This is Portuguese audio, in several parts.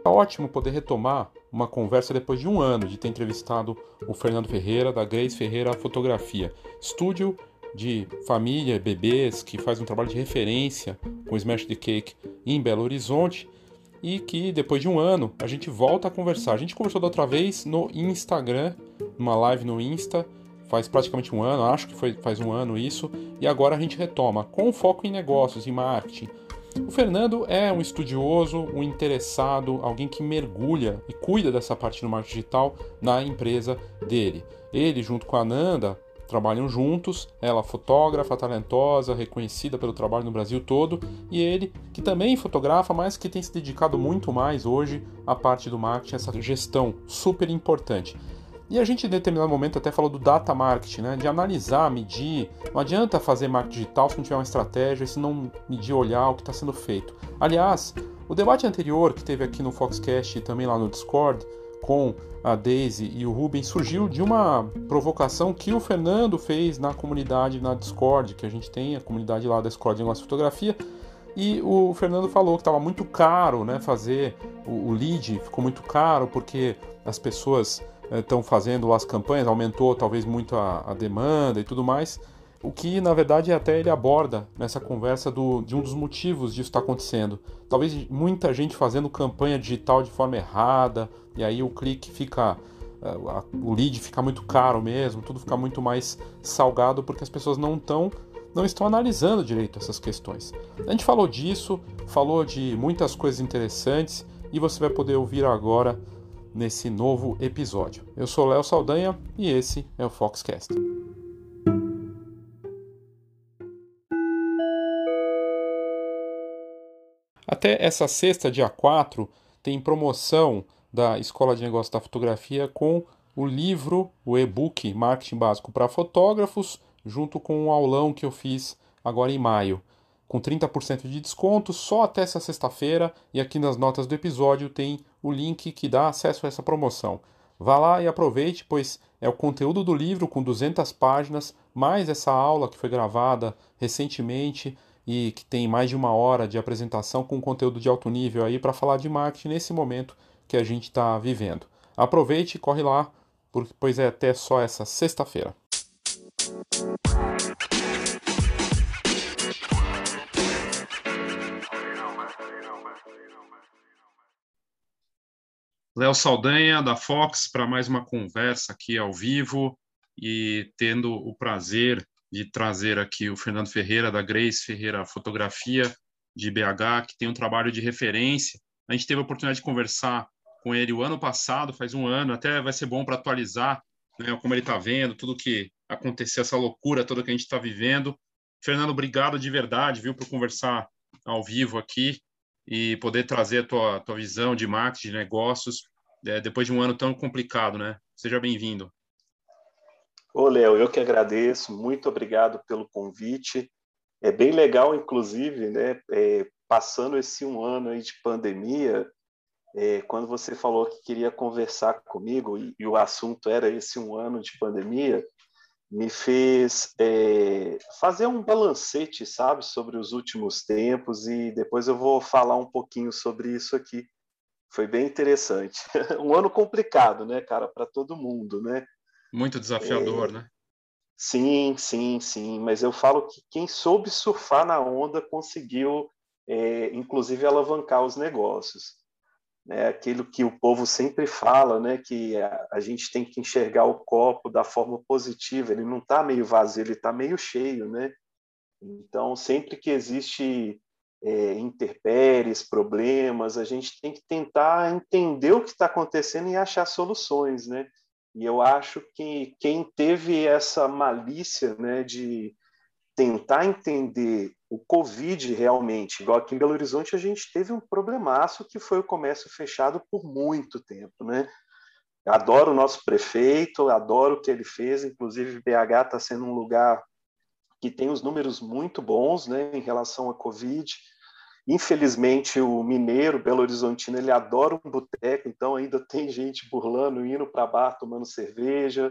ótimo poder retomar uma conversa depois de um ano de ter entrevistado o Fernando Ferreira, da Grace Ferreira Fotografia, estúdio de família, bebês, que faz um trabalho de referência com o Smash the Cake em Belo Horizonte, e que depois de um ano a gente volta a conversar. A gente conversou da outra vez no Instagram, numa live no Insta, faz praticamente um ano, acho que faz um ano isso, e agora a gente retoma com foco em negócios, em marketing. O Fernando é um estudioso, um interessado, alguém que mergulha e cuida dessa parte do marketing digital na empresa dele. Ele, junto com a Nanda, trabalham juntos, ela fotógrafa, talentosa, reconhecida pelo trabalho no Brasil todo, e ele, que também fotografa, mas que tem se dedicado muito mais hoje à parte do marketing, essa gestão super importante. E a gente, em determinado momento, até falou do data marketing, né? De analisar, medir. Não adianta fazer marketing digital se não tiver uma estratégia, se não medir, olhar o que está sendo feito. Aliás, o debate anterior que teve aqui no Foxcast e também lá no Discord, com a Daisy e o Rubens, surgiu de uma provocação que o Fernando fez na comunidade, na Discord, que a gente tem, a comunidade lá da Escola de Negócio de Fotografia, e o Fernando falou que estava muito caro, né, fazer o lead, ficou muito caro porque as pessoas estão fazendo as campanhas, aumentou talvez muito a demanda e tudo mais, o que na verdade até ele aborda nessa conversa de um dos motivos disso estar acontecendo. Talvez muita gente fazendo campanha digital de forma errada, e aí o clique fica, o lead fica muito caro mesmo, tudo fica muito mais salgado porque as pessoas não estão analisando direito essas questões. A gente falou disso, falou de muitas coisas interessantes e você vai poder ouvir agora nesse novo episódio. Eu sou Léo Saldanha e esse é o Foxcast. Até essa sexta, dia 4, tem promoção da Escola de Negócios da Fotografia com o livro, o e-book Marketing Básico para Fotógrafos, junto com um aulão que eu fiz agora em maio, com 30% de desconto só até essa sexta-feira, e aqui nas notas do episódio tem o link que dá acesso a essa promoção. Vá lá e aproveite, pois é o conteúdo do livro com 200 páginas, mais essa aula que foi gravada recentemente e que tem mais de uma hora de apresentação com conteúdo de alto nível aí para falar de marketing nesse momento que a gente está vivendo. Aproveite e corre lá, pois é até só essa sexta-feira. Léo Saldanha, da Fox, para mais uma conversa aqui ao vivo e tendo o prazer de trazer aqui o Fernando Ferreira, da Grace Ferreira Fotografia, de BH, que tem um trabalho de referência. A gente teve a oportunidade de conversar com ele o ano passado, faz um ano, até vai ser bom para atualizar, né, como ele está vendo, tudo que aconteceu, essa loucura toda que a gente está vivendo. Fernando, obrigado de verdade, viu, por conversar ao vivo aqui e poder trazer a tua visão de marketing, de negócios, depois de um ano tão complicado, né? Seja bem-vindo. Ô, Léo, eu que agradeço, muito obrigado pelo convite. É bem legal, inclusive, né, passando esse um ano aí de pandemia, quando você falou que queria conversar comigo e o assunto era esse um ano de pandemia, me fez fazer um balancete, sabe, sobre os últimos tempos e depois eu vou falar um pouquinho sobre isso aqui. Foi bem interessante. Um ano complicado, né, cara, para todo mundo, né? Muito desafiador, né? Sim, sim, sim. Mas eu falo que quem soube surfar na onda conseguiu, inclusive, alavancar os negócios. Né? Aquilo que o povo sempre fala, né? Que a gente tem que enxergar o copo da forma positiva. Ele não está meio vazio, ele está meio cheio, né? Então, sempre que existe intempéries, problemas, a gente tem que tentar entender o que está acontecendo e achar soluções, né? E eu acho que quem teve essa malícia, né, de tentar entender o Covid realmente, igual aqui em Belo Horizonte a gente teve um problemaço que foi o comércio fechado por muito tempo, né? Adoro o nosso prefeito, adoro o que ele fez, inclusive BH está sendo um lugar que tem os números muito bons, né, em relação à Covid. Infelizmente, o mineiro Belo Horizontino, ele adora um boteco, então ainda tem gente burlando, indo para bar, tomando cerveja,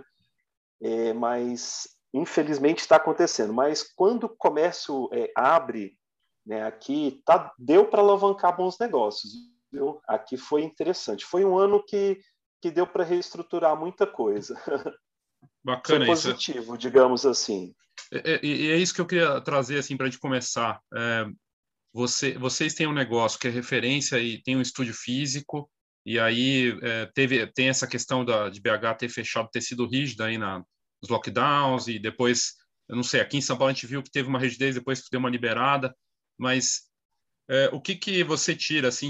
mas infelizmente está acontecendo. Mas quando o comércio abre, né, aqui, deu para alavancar bons negócios. viu? Aqui foi interessante. Foi um ano que deu para reestruturar muita coisa. Foi Bacana isso. positivo, digamos assim. E é isso que eu queria trazer assim para a gente começar. Vocês têm um negócio que é referência e tem um estúdio físico, e aí tem essa questão de BH ter fechado, ter sido rígida aí nos lockdowns, e depois, eu não sei, aqui em São Paulo a gente viu que teve uma rigidez, depois deu uma liberada, mas o que você tira assim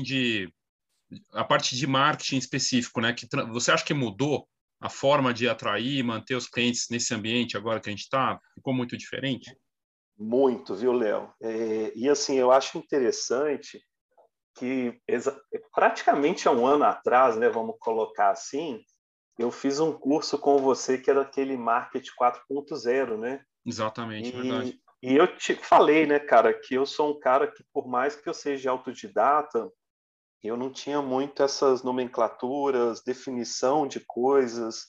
a parte de marketing específico, né? Você acha que mudou a forma de atrair e manter os clientes nesse ambiente agora que a gente está? Ficou muito diferente? Muito, viu, Léo? E assim, eu acho interessante que praticamente há um ano atrás, né, vamos colocar assim, eu fiz um curso com você que era aquele Market 4.0, né? Exatamente, verdade. E eu te falei, né, cara, que eu sou um cara que, por mais que eu seja autodidata, eu não tinha muito essas nomenclaturas, definição de coisas,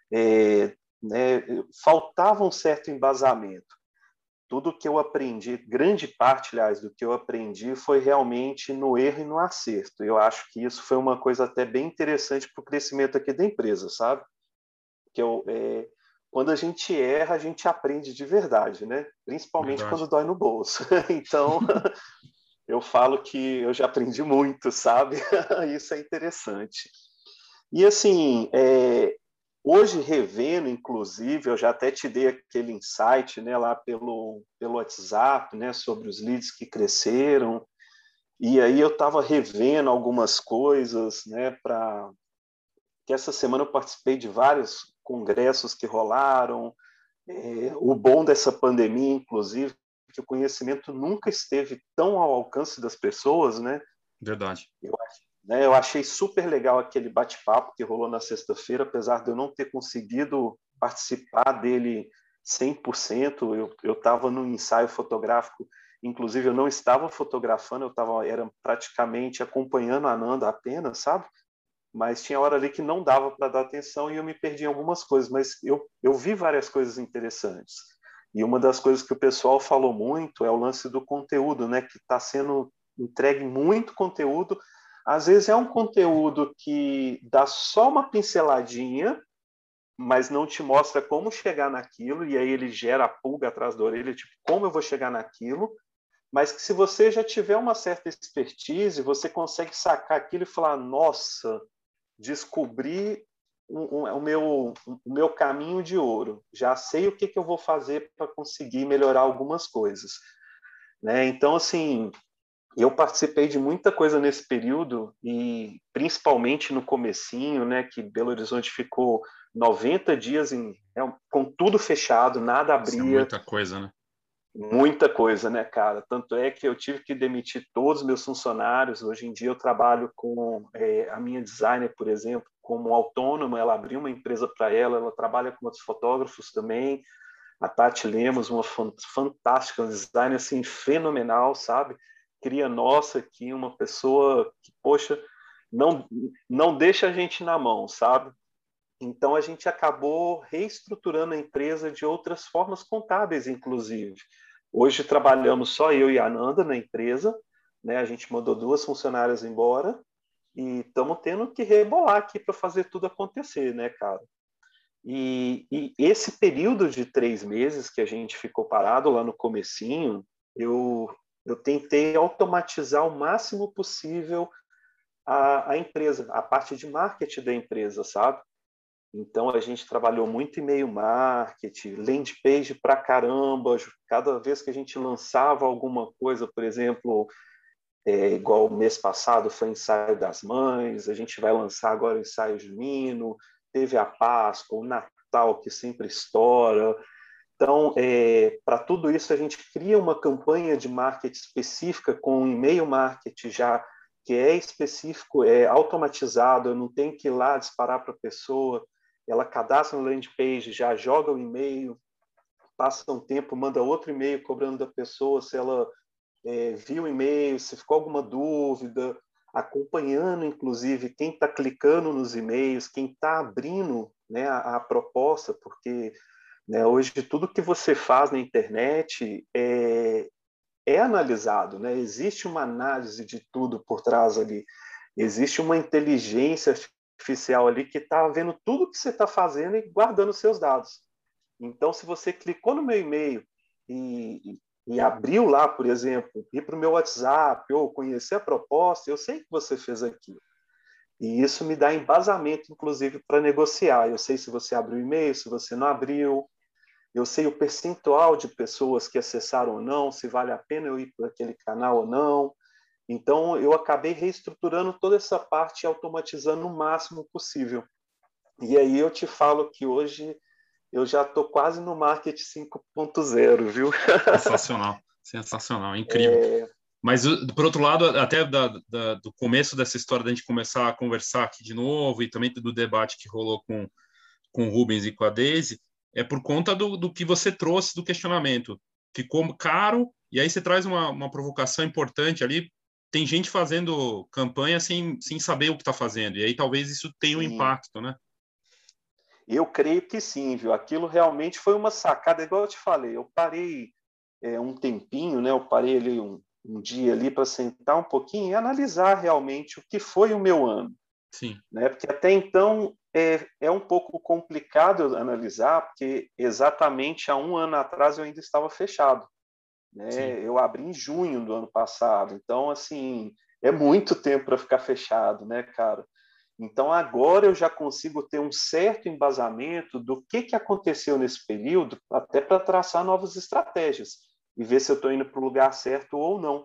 né, faltava um certo embasamento. Tudo que eu aprendi, grande parte, aliás, do que eu aprendi foi realmente no erro e no acerto. Eu acho que isso foi uma coisa até bem interessante para o crescimento aqui da empresa, sabe? Que quando a gente erra, a gente aprende de verdade, né? Principalmente quando Verdade. dói no bolso. Então, eu falo que eu já aprendi muito, sabe? Isso é interessante. E assim, hoje revendo, inclusive, eu já até te dei aquele insight, né, lá pelo WhatsApp, né, sobre os leads que cresceram. E aí eu estava revendo algumas coisas, né, para que essa semana eu participei de vários congressos que rolaram. O bom dessa pandemia, inclusive, é que o conhecimento nunca esteve tão ao alcance das pessoas, né? Verdade. Eu achei super legal aquele bate-papo que rolou na sexta-feira, apesar de eu não ter conseguido participar dele 100%. Eu estava no ensaio fotográfico, inclusive eu não estava fotografando, era praticamente acompanhando a Nanda apenas, sabe? Mas tinha hora ali que não dava para dar atenção e eu me perdi em algumas coisas, mas eu vi várias coisas interessantes. E uma das coisas que o pessoal falou muito é o lance do conteúdo, né? Que está sendo entregue muito conteúdo. Às vezes é um conteúdo que dá só uma pinceladinha, mas não te mostra como chegar naquilo, e aí ele gera a pulga atrás da orelha, tipo, como eu vou chegar naquilo? Mas que se você já tiver uma certa expertise, você consegue sacar aquilo e falar, nossa, descobri o meu caminho de ouro. Já sei o que eu vou fazer para conseguir melhorar algumas coisas. Né? Então, assim, eu participei de muita coisa nesse período e principalmente no comecinho, né, que Belo Horizonte ficou 90 dias com tudo fechado, nada Isso é abria, muita coisa, né? muita coisa, né, cara? Tanto é que eu tive que demitir todos os meus funcionários. Hoje em dia eu trabalho com a minha designer, por exemplo, como autônoma. Ela abriu uma empresa para ela trabalha com outros fotógrafos também. A Tati Lemos, uma fantástica designer, assim, fenomenal, sabe? Cria nossa aqui, uma pessoa que, poxa, não, não deixa a gente na mão, sabe? Então a gente acabou reestruturando a empresa de outras formas contábeis, inclusive. Hoje trabalhamos só eu e a Ananda na empresa, né? A gente mandou 2 funcionárias embora e estamos tendo que rebolar aqui para fazer tudo acontecer, né, cara? E esse período de 3 meses que a gente ficou parado lá no comecinho, eu tentei automatizar o máximo possível a empresa, a parte de marketing da empresa, sabe? Então a gente trabalhou muito e-mail marketing, landing page pra caramba. Cada vez que a gente lançava alguma coisa, por exemplo, igual o mês passado foi o ensaio das mães, a gente vai lançar agora o ensaio junino, teve a Páscoa, o Natal que sempre estoura. Então, para tudo isso, a gente cria uma campanha de marketing específica com um e-mail marketing já que é específico, é automatizado, eu não tenho que ir lá disparar para a pessoa, ela cadastra no landing page, já joga o e-mail, passa um tempo, manda outro e-mail cobrando da pessoa se ela viu o e-mail, se ficou alguma dúvida, acompanhando, inclusive, quem está clicando nos e-mails, quem está abrindo, né, a proposta, porque, né, hoje tudo que você faz na internet é analisado, né? Existe uma análise de tudo por trás ali. Existe uma inteligência artificial ali que está vendo tudo que você está fazendo e guardando os seus dados. Então, se você clicou no meu e-mail e abriu lá, por exemplo, ir para o meu WhatsApp ou conhecer a proposta, eu sei que você fez aquilo. E isso me dá embasamento, inclusive, para negociar. Eu sei se você abriu o e-mail, se você não abriu. Eu sei o percentual de pessoas que acessaram ou não, se vale a pena eu ir para aquele canal ou não. Então, eu acabei reestruturando toda essa parte e automatizando o máximo possível. E aí eu te falo que hoje eu já estou quase no marketing 5.0, viu? Sensacional, sensacional, incrível. Mas, por outro lado, até do começo dessa história da gente começar a conversar aqui de novo e também do debate que rolou com o Rubens e com a Daisy, é por conta do que você trouxe do questionamento. Ficou caro, e aí você traz uma provocação importante ali. Tem gente fazendo campanha sem saber o que está fazendo, e aí talvez isso tenha um Sim, impacto, né? eu creio que sim, viu? Aquilo realmente foi uma sacada, igual eu te falei. Eu parei um tempinho, né? Eu parei ali um dia ali para sentar um pouquinho e analisar realmente o que foi o meu ano, Sim, né? Porque até então é um pouco complicado analisar, porque exatamente há um ano atrás eu ainda estava fechado, sim. né? Eu abri em junho do ano passado, então assim é muito tempo para ficar fechado, né, cara? Então agora eu já consigo ter um certo embasamento do que aconteceu nesse período, até para traçar novas estratégias e ver se eu estou indo para o lugar certo ou não.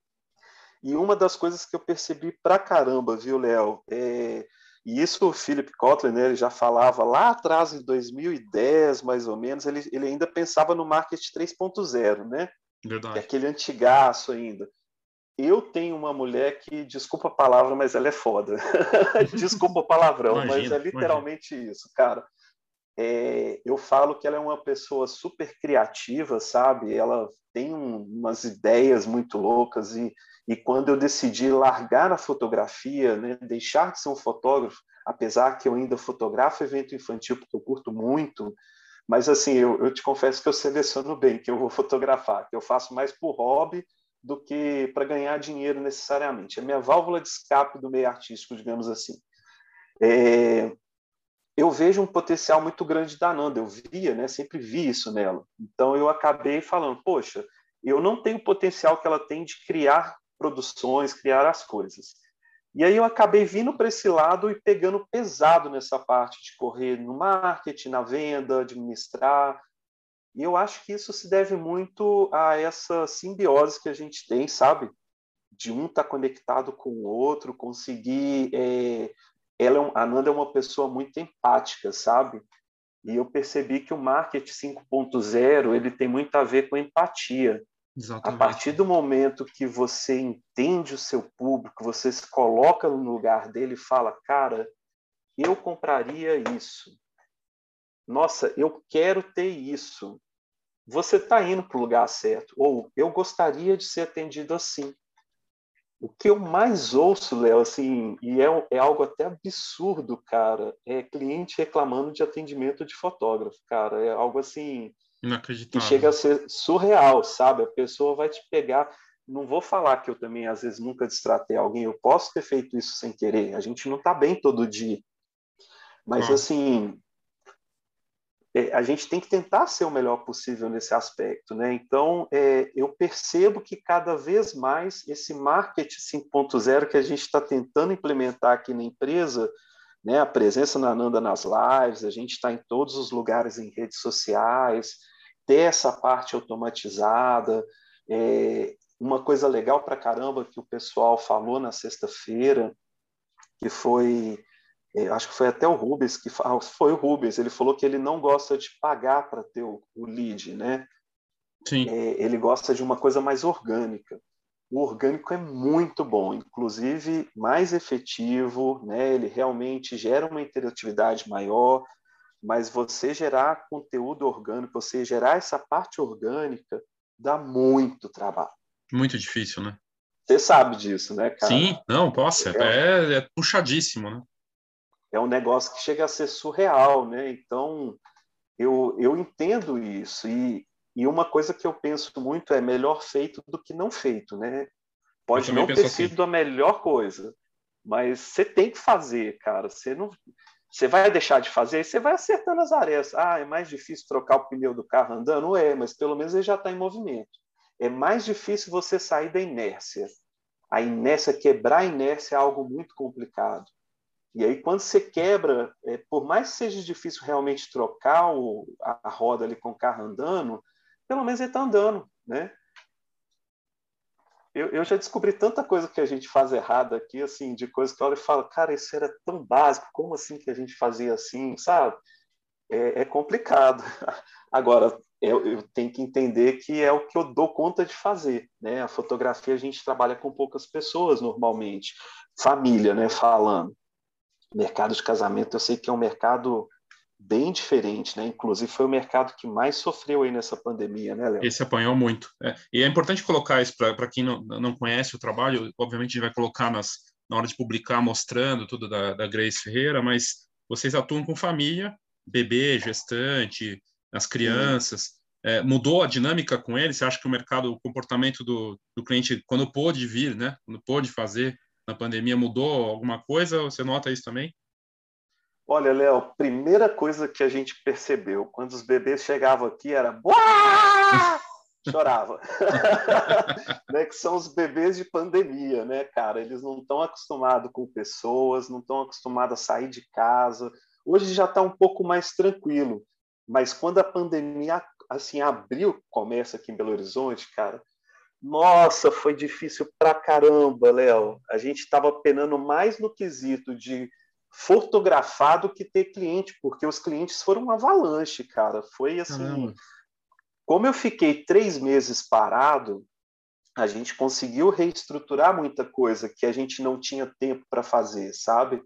E uma das coisas que eu percebi pra caramba, viu, Léo? E isso o Philip Kotler, né, ele já falava lá atrás, em 2010, mais ou menos, ele ainda pensava no marketing 3.0, né? Que é Verdade. aquele antigaço ainda. Eu tenho uma mulher que, desculpa a palavra, mas ela é foda. Desculpa o palavrão, mas é Imagina, imagina. literalmente isso, cara. Eu falo que ela é uma pessoa super criativa, sabe? Ela tem umas ideias muito loucas e quando eu decidi largar a fotografia, né, deixar de ser um fotógrafo, apesar que eu ainda fotografo evento infantil porque eu curto muito, mas assim, eu te confesso que eu seleciono bem que eu vou fotografar, que eu faço mais por hobby do que para ganhar dinheiro necessariamente. É minha válvula de escape do meio artístico, digamos assim. É, eu vejo um potencial muito grande da Nanda, eu via, né, sempre vi isso nela. Então eu acabei falando, poxa, eu não tenho o potencial que ela tem de criar produções, criar as coisas. E aí eu acabei vindo para esse lado e pegando pesado nessa parte de correr no marketing, na venda, administrar. E eu acho que isso se deve muito a essa simbiose que a gente tem, sabe? De um estar conectado com o outro, conseguir a Nanda é uma pessoa muito empática, sabe? E eu percebi que o marketing 5.0 ele tem muito a ver com empatia. A partir Exatamente. do momento que você entende o seu público, você se coloca no lugar dele e fala, cara, eu compraria isso. Nossa, eu quero ter isso. Você está indo para o lugar certo. Ou eu gostaria de ser atendido assim. O que eu mais ouço, Léo, assim, é algo até absurdo, cara, é cliente reclamando de atendimento de fotógrafo, cara. É algo assim que Inacreditável. chega a ser surreal, sabe? A pessoa vai te pegar. Não vou falar que eu também, às vezes, nunca destratei alguém, eu posso ter feito isso sem querer. A gente não está bem todo dia. Mas, Claro. assim, a gente tem que tentar ser o melhor possível nesse aspecto, né? Então, eu percebo que cada vez mais esse marketing 5.0 que a gente está tentando implementar aqui na empresa, né? A presença na Nanda nas lives, a gente está em todos os lugares em redes sociais, ter essa parte automatizada, uma coisa legal para caramba que o pessoal falou na sexta-feira, que foi acho que foi até o Rubens foi o Rubens, ele falou que ele não gosta de pagar para ter o lead, né? Sim, Ele gosta de uma coisa mais orgânica. O orgânico é muito bom, inclusive mais efetivo, né? Ele realmente gera uma interatividade maior, mas você gerar conteúdo orgânico, você gerar essa parte orgânica, dá muito trabalho. muito difícil, né? Você sabe disso, né, cara? Sim, não, posso, é puxadíssimo, né? É um negócio que chega a ser surreal, né? Então, eu entendo isso. E uma coisa que eu penso muito é melhor feito do que não feito, né? Eu Pode também não ter penso assim. sido a melhor coisa, Mas você tem que fazer, cara. Você vai deixar de fazer, você vai acertando as arestas. Ah, é mais difícil trocar o pneu do carro andando? É, mas pelo menos ele já está em movimento. É mais difícil você sair da inércia. A inércia, quebrar a inércia é algo muito complicado. E aí, quando você quebra, por mais que seja difícil realmente trocar a roda ali com o carro andando, pelo menos ele está andando, né? Eu já descobri tanta coisa que a gente faz errada aqui, assim, de coisas que eu olho e falo, cara, isso era tão básico, como assim que a gente fazia assim, sabe? É complicado. Agora, eu tenho que entender que é o que eu dou conta de fazer, né? A fotografia a gente trabalha com poucas pessoas normalmente, família, né? Falando. Mercado de casamento, eu sei que é um mercado bem diferente, né? Inclusive foi o mercado que mais sofreu aí nessa pandemia, né, Léo? Esse apanhou muito. E é importante colocar isso para quem não conhece o trabalho. Obviamente, a gente vai colocar na hora de publicar, mostrando tudo da Grace Ferreira, mas vocês atuam com família, bebê, gestante, as Sim. crianças. Mudou a dinâmica com eles? Você acha que o mercado, o comportamento do cliente, quando pôde vir, né? Quando pôde fazer na pandemia, mudou alguma coisa? Você nota isso também? Olha, Léo, primeira coisa que a gente percebeu quando os bebês chegavam aqui era Buá! Chorava. Né, que são os bebês de pandemia, né, cara? Eles não estão acostumados com pessoas, não estão acostumados a sair de casa. Hoje já está um pouco mais tranquilo, mas quando a pandemia assim abriu o comércio aqui em Belo Horizonte, cara, nossa, foi difícil pra caramba, Léo. A gente estava penando mais no quesito de fotografar do que ter cliente, porque os clientes foram uma avalanche, cara. Foi assim, Caramba. como eu fiquei 3 meses parado, a gente conseguiu reestruturar muita coisa que a gente não tinha tempo para fazer, sabe?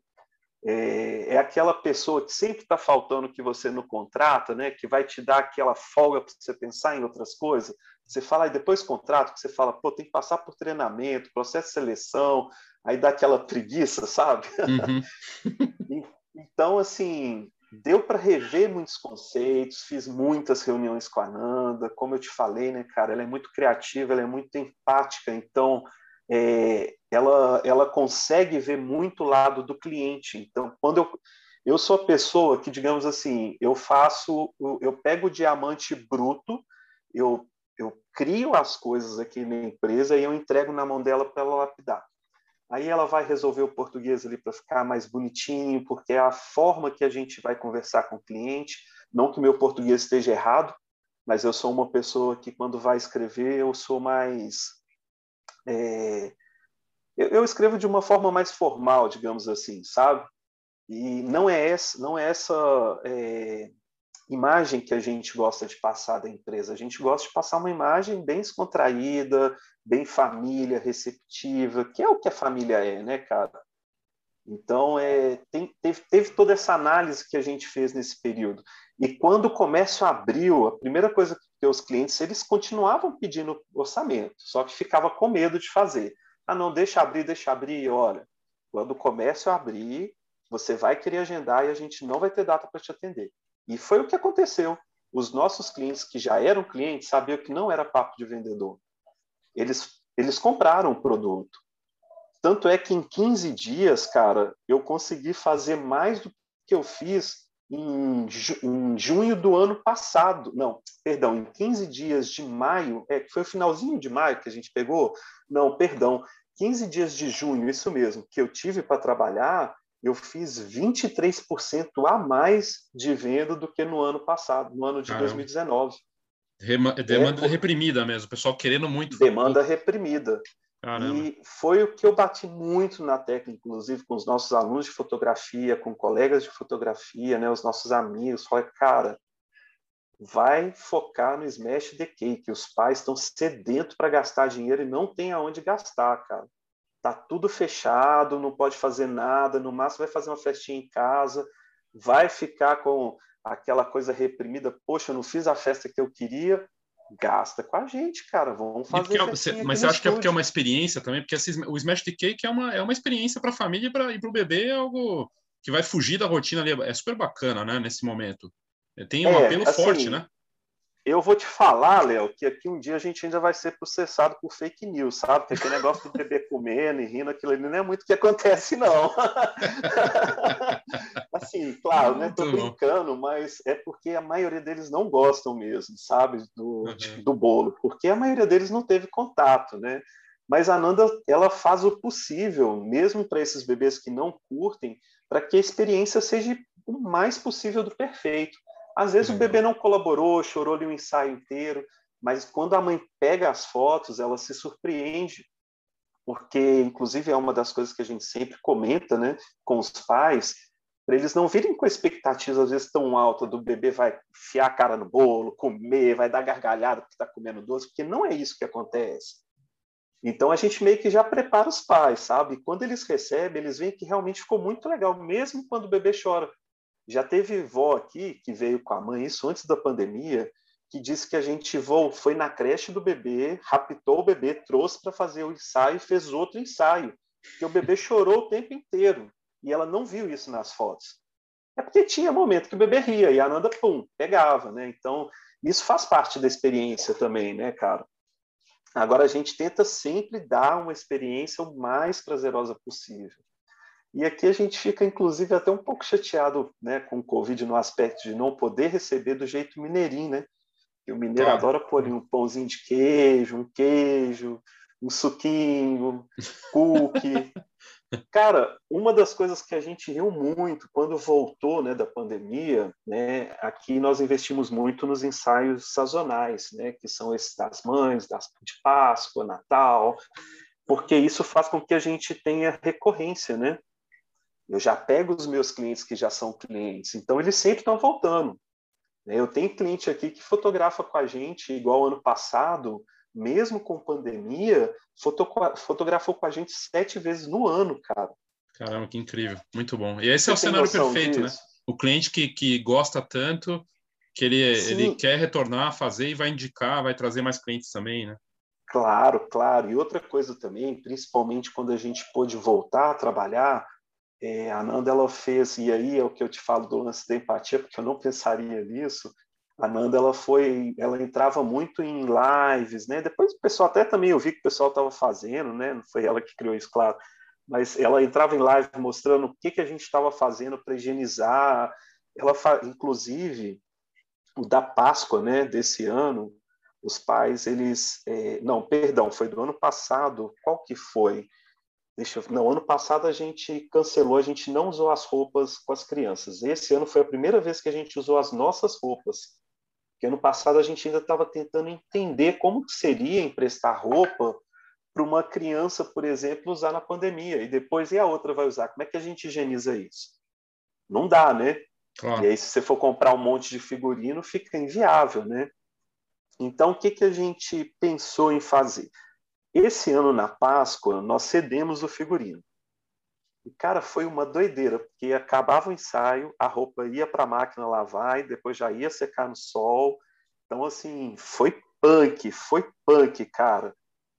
É aquela pessoa que sempre está faltando que você não contrata, né? Que vai te dar aquela folga para você pensar em outras coisas. Você fala, e depois contrato, que você fala, pô, tem que passar por treinamento, processo de seleção, aí dá aquela preguiça, sabe? Uhum. Então, assim, deu para rever muitos conceitos, fiz muitas reuniões com a Nanda, como eu te falei, né, cara, ela é muito criativa, ela é muito empática, então ela consegue ver muito o lado do cliente. Então, quando eu sou a pessoa que, digamos assim, eu pego o diamante bruto, eu crio as coisas aqui na empresa e eu entrego na mão dela para ela lapidar. Aí ela vai resolver o português ali para ficar mais bonitinho, porque é a forma que a gente vai conversar com o cliente. Não que o meu português esteja errado, mas eu sou uma pessoa que, quando vai escrever, eu sou mais. É, eu escrevo de uma forma mais formal, digamos assim, sabe? E não é essa imagem que a gente gosta de passar da empresa. A gente gosta de passar uma imagem bem descontraída, bem família, receptiva, que é o que a família é, né, cara? Então, teve toda essa análise que a gente fez nesse período. E quando o comércio abriu, a primeira coisa que os clientes, eles continuavam pedindo orçamento, só que ficava com medo de fazer. Ah, não, deixa abrir, deixa abrir. Olha, quando o comércio abrir, você vai querer agendar e a gente não vai ter data para te atender. E foi o que aconteceu. Os nossos clientes, que já eram clientes, sabiam que não era papo de vendedor. Eles compraram o produto. Tanto é que em 15 dias, cara, eu consegui fazer mais do que eu fiz em junho do ano passado. Não, perdão, em 15 dias de maio, que foi o finalzinho de maio que a gente pegou? Não, perdão, 15 dias de junho, isso mesmo, que eu tive para trabalhar, eu fiz 23% a mais de venda do que no ano passado, no ano de Caramba. 2019. Demanda Por reprimida mesmo, o pessoal querendo muito. demanda reprimida. Caramba. E foi o que eu bati muito na tecla, inclusive com os nossos alunos de fotografia, com colegas de fotografia, né, os nossos amigos. Falei, cara, vai focar no Smash the Cake. Os pais estão sedentos para gastar dinheiro e não tem aonde gastar, cara. Tá tudo fechado, não pode fazer nada, no máximo vai fazer uma festinha em casa, vai ficar com aquela coisa reprimida. Poxa, eu não fiz a festa que eu queria. Gasta com a gente, cara. Vamos E porque, fazer festinha aqui mas no você acha que é porque é estúdio. uma experiência também? Porque o Smash the Cake é uma experiência para a família e para o bebê, é algo que vai fugir da rotina ali. É super bacana, né, nesse momento. Tem um apelo forte, Assim, né? Eu vou te falar, Léo, que aqui um dia a gente ainda vai ser processado por fake news, sabe? Porque aquele negócio do bebê comendo e rindo, aquilo ali não é muito o que acontece, não. Assim, claro, né? Tô Muito bom. brincando, mas é porque a maioria deles não gostam mesmo, sabe? Uhum. Do bolo, porque a maioria deles não teve contato, né? Mas a Nanda, ela faz o possível, mesmo para esses bebês que não curtem, para que a experiência seja o mais possível do perfeito. Às Que vezes o bebê legal. não colaborou, chorou ali o ensaio inteiro, mas quando a mãe pega as fotos, ela se surpreende, porque, inclusive, é uma das coisas que a gente sempre comenta, né, com os pais, para eles não virem com expectativas, às vezes, tão alta do bebê vai enfiar a cara no bolo, comer, vai dar gargalhada porque está comendo doce, porque não é isso que acontece. Então, a gente meio que já prepara os pais, sabe? E quando eles recebem, eles veem que realmente ficou muito legal, mesmo quando o bebê chora. Já teve vó aqui que veio com a mãe, isso antes da pandemia, que disse que a gente foi na creche do bebê, raptou o bebê, trouxe para fazer o ensaio e fez outro ensaio, que o bebê chorou o tempo inteiro e ela não viu isso nas fotos. É porque tinha momento que o bebê ria e a Nanda, pum, pegava, né? Então, isso faz parte da experiência também, né, cara? Agora, a gente tenta sempre dar uma experiência o mais prazerosa possível. E aqui a gente fica, inclusive, até um pouco chateado, né, com o Covid no aspecto de não poder receber do jeito mineirinho, né? Que o mineiro Claro. adora pôr ali um pãozinho de queijo, um suquinho, cookie. Cara, uma das coisas que a gente riu muito quando voltou, né, da pandemia, né, aqui nós investimos muito nos ensaios sazonais, né, que são esses das mães, de Páscoa, Natal, porque isso faz com que a gente tenha recorrência, né? Eu já pego os meus clientes que já são clientes, então eles sempre estão voltando. Eu tenho cliente aqui que fotografa com a gente, igual ano passado, mesmo com pandemia, fotografou com a gente 7 vezes no ano, cara. Caramba, que incrível. Muito bom. E esse é Você o tem cenário noção perfeito, né? disso? O cliente que gosta tanto que ele Sim, quer retornar, fazer e vai indicar, vai trazer mais clientes também, né? claro, claro. E outra coisa também, principalmente quando a gente pôde voltar a trabalhar, a Nanda ela fez, e aí é o que eu te falo do lance da empatia, porque eu não pensaria nisso. A Nanda ela entrava muito em lives, né? Depois o pessoal até também eu vi que o pessoal estava fazendo, né? Não foi ela que criou isso, claro, mas ela entrava em live mostrando o que que a gente estava fazendo para higienizar. Inclusive o da Páscoa, né? Desse ano, os pais não, perdão, foi do ano passado. Qual que foi? Não, ano passado a gente cancelou, a gente não usou as roupas com as crianças. Esse ano foi a primeira vez que a gente usou as nossas roupas. Porque ano passado a gente ainda estava tentando entender como seria emprestar roupa para uma criança, por exemplo, usar na pandemia. E depois, e a outra vai usar? Como é que a gente higieniza isso? Não dá, né? E Claro. aí, se você for comprar um monte de figurino, fica inviável, né? Então, o que, que a gente pensou em fazer? Esse ano, na Páscoa, nós cedemos o figurino. E, cara, foi uma doideira, porque acabava o ensaio, a roupa ia para a máquina lavar e depois já ia secar no sol. Então, assim, foi punk, cara.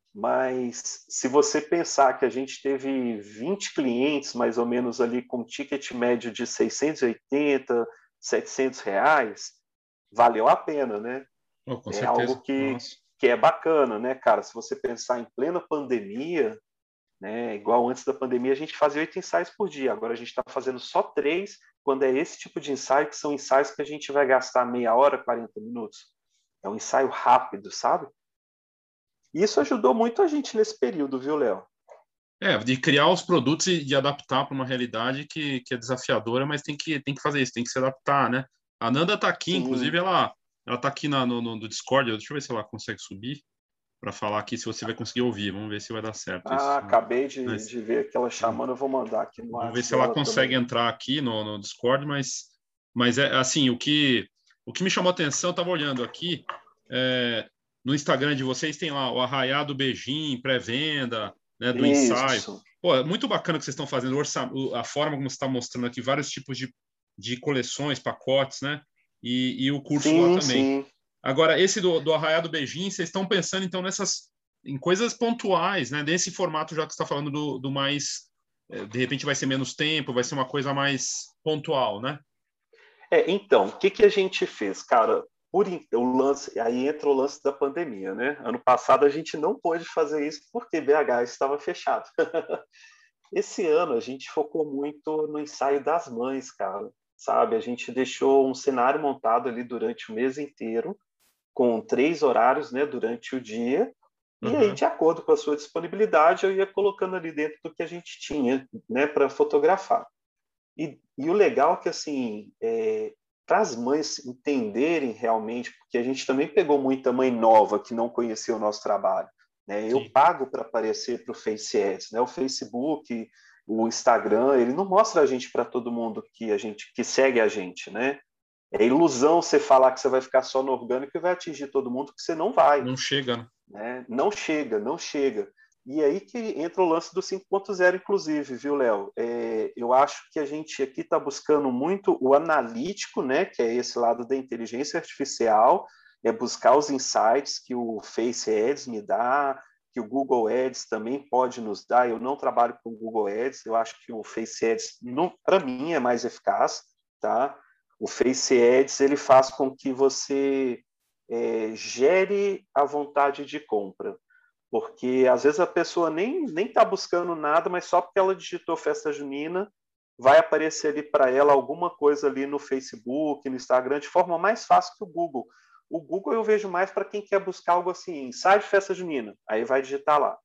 Mas se você pensar que a gente teve 20 clientes, mais ou menos, ali com ticket médio de 680, R$ 700, valeu a pena, né? Oh, com É algo certeza. Nossa. que é bacana, né, cara? Se você pensar em plena pandemia, né? Igual antes da pandemia, a gente fazia 8 ensaios por dia. Agora a gente está fazendo só 3, quando é esse tipo de ensaio, que são ensaios que a gente vai gastar meia hora, 40 minutos. É um ensaio rápido, sabe? E isso ajudou muito a gente nesse período, viu, Léo? É, de criar os produtos e de adaptar para uma realidade que é desafiadora, mas tem que fazer isso, tem que se adaptar, né? A Nanda tá aqui, inclusive, Sim. ela tá aqui no Discord, deixa eu ver se ela consegue subir para falar aqui se você vai conseguir ouvir, vamos ver se vai dar certo isso. Ah, acabei Mas, de ver aquela chamando, eu vou mandar aqui no vamos ver WhatsApp se ela dela consegue também. entrar aqui no Discord, mas é assim, o que me chamou a atenção, eu tava olhando aqui, é, no Instagram de vocês tem lá o Arraiá do Beijing, pré-venda, né, do ensaio. Isso. Pô, é muito bacana que vocês estão fazendo, a forma como você está mostrando aqui, vários tipos de coleções, pacotes, né? E o curso lá Sim, também. sim. Agora, esse do Arraiá do Beijing, vocês estão pensando, então, em coisas pontuais, né? Nesse formato, já que você está falando do mais de repente vai ser menos tempo, vai ser uma coisa mais pontual, né? Então, o que, que a gente fez, cara? o lance, aí entra o lance da pandemia, né? Ano passado a gente não pôde fazer isso porque BH estava fechado. Esse ano a gente focou muito no ensaio das mães, cara, sabe? A gente deixou um cenário montado ali durante o mês inteiro, com 3 horários, né, durante o dia, e aí, Uhum. de acordo com a sua disponibilidade, eu ia colocando ali dentro do que a gente tinha, né, para fotografar. E o legal é que, assim, para as mães entenderem realmente, porque a gente também pegou muita mãe nova que não conhecia o nosso trabalho, né? Eu Sim. pago para aparecer para o Face Ads, né? O Facebook, o Instagram, ele não mostra a gente para todo mundo que segue a gente, né? É ilusão você falar que você vai ficar só no orgânico e vai atingir todo mundo, que você não vai, Não chega, né? né? Não chega, não chega. E aí que entra o lance do 5.0, inclusive, viu, Léo? Eu acho que a gente aqui está buscando muito o analítico, né? Que é esse lado da inteligência artificial, é buscar os insights que o Face Ads me dá, que o Google Ads também pode nos dar. Eu não trabalho com o Google Ads, eu acho que o Face Ads, para mim, é mais eficaz, tá? O Face Ads, ele faz com que você gere a vontade de compra. Porque às vezes a pessoa nem está buscando nada, mas só porque ela digitou festa junina, vai aparecer ali para ela alguma coisa ali no Facebook, no Instagram, de forma mais fácil que o Google. O Google eu vejo mais para quem quer buscar algo assim, site festa junina, aí vai digitar lá.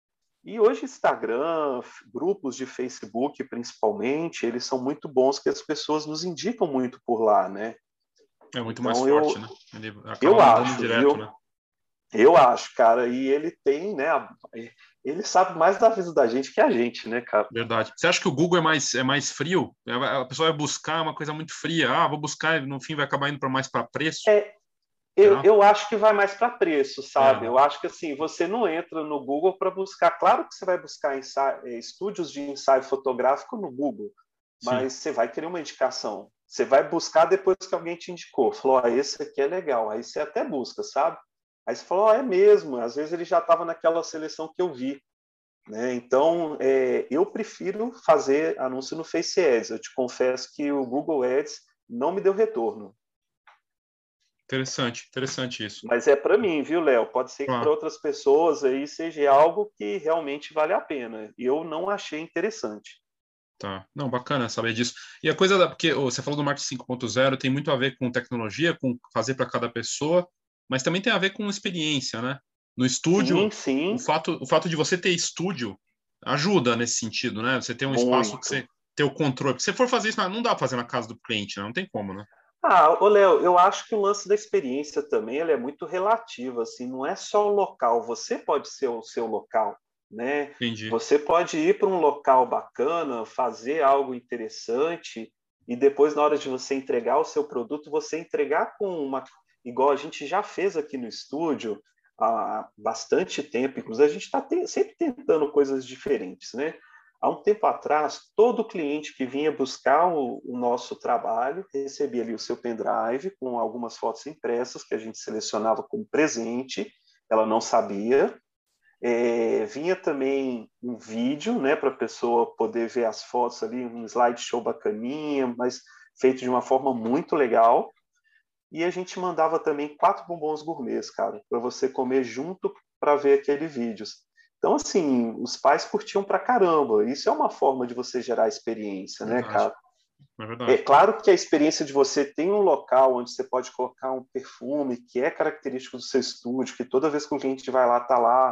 E hoje Instagram, grupos de Facebook principalmente, eles são muito bons que as pessoas nos indicam muito por lá, né? É muito mais Então forte, né? Ele acaba eu mandando acho, direto, viu? né? Eu acho, cara, e ele tem, né? Ele sabe mais da vida da gente que a gente, né, cara? Verdade. Você acha que o Google é mais frio? A pessoa vai buscar uma coisa muito fria. Ah, vou buscar, no fim vai acabar indo para mais para preço? É, eu, Será? eu acho que vai mais para preço, É, sabe? né? Eu acho que assim, você não entra no Google para buscar. Claro que você vai buscar estúdios de ensaio fotográfico no Google, Sim. mas você vai querer uma indicação. Você vai buscar depois que alguém te indicou. Falou, esse aqui é legal. Aí você até busca, sabe? Aí você falou, é mesmo. Às vezes ele já estava naquela seleção que eu vi. Né? Então, eu prefiro fazer anúncio no Face Ads. Eu te confesso que o Google Ads não me deu retorno. Interessante, interessante isso. Mas é para mim, viu, Léo? Pode ser que para Claro. outras pessoas aí seja algo que realmente vale a pena. E eu não achei interessante. Tá. Não, bacana saber disso. E a coisa porque você falou do marketing 5.0 tem muito a ver com tecnologia, com fazer para cada pessoa, mas também tem a ver com experiência, né? No Sim, estúdio, o sim, fato, o fato de você ter estúdio ajuda nesse sentido, né? Você ter um espaço que muito. você ter o controle. Porque se você for fazer isso, não dá pra fazer na casa do cliente, né? Não tem como, né? Ah, ô Léo, eu acho que o lance da experiência também ela é muito relativa, assim, não é só o local, você pode ser o seu local, né? Entendi. Você pode ir para um local bacana, fazer algo interessante e depois na hora de você entregar o seu produto, você entregar com uma igual a gente já fez aqui no estúdio há bastante tempo, inclusive a gente está sempre tentando coisas diferentes, né? Há um tempo atrás, todo cliente que vinha buscar o nosso trabalho recebia ali o seu pendrive com algumas fotos impressas que a gente selecionava como presente. Ela não sabia. Vinha também um vídeo, né, para a pessoa poder ver as fotos ali, um slideshow bacaninha, mas feito de uma forma muito legal. E a gente mandava também 4 bombons gourmets, cara, para você comer junto para ver aquele vídeo. Então, assim, os pais curtiam pra caramba. Isso é uma forma de você gerar experiência, né, Verdade. cara? É É verdade. claro que a experiência de você tem um local onde você pode colocar um perfume que é característico do seu estúdio, que toda vez que o cliente vai lá, tá lá.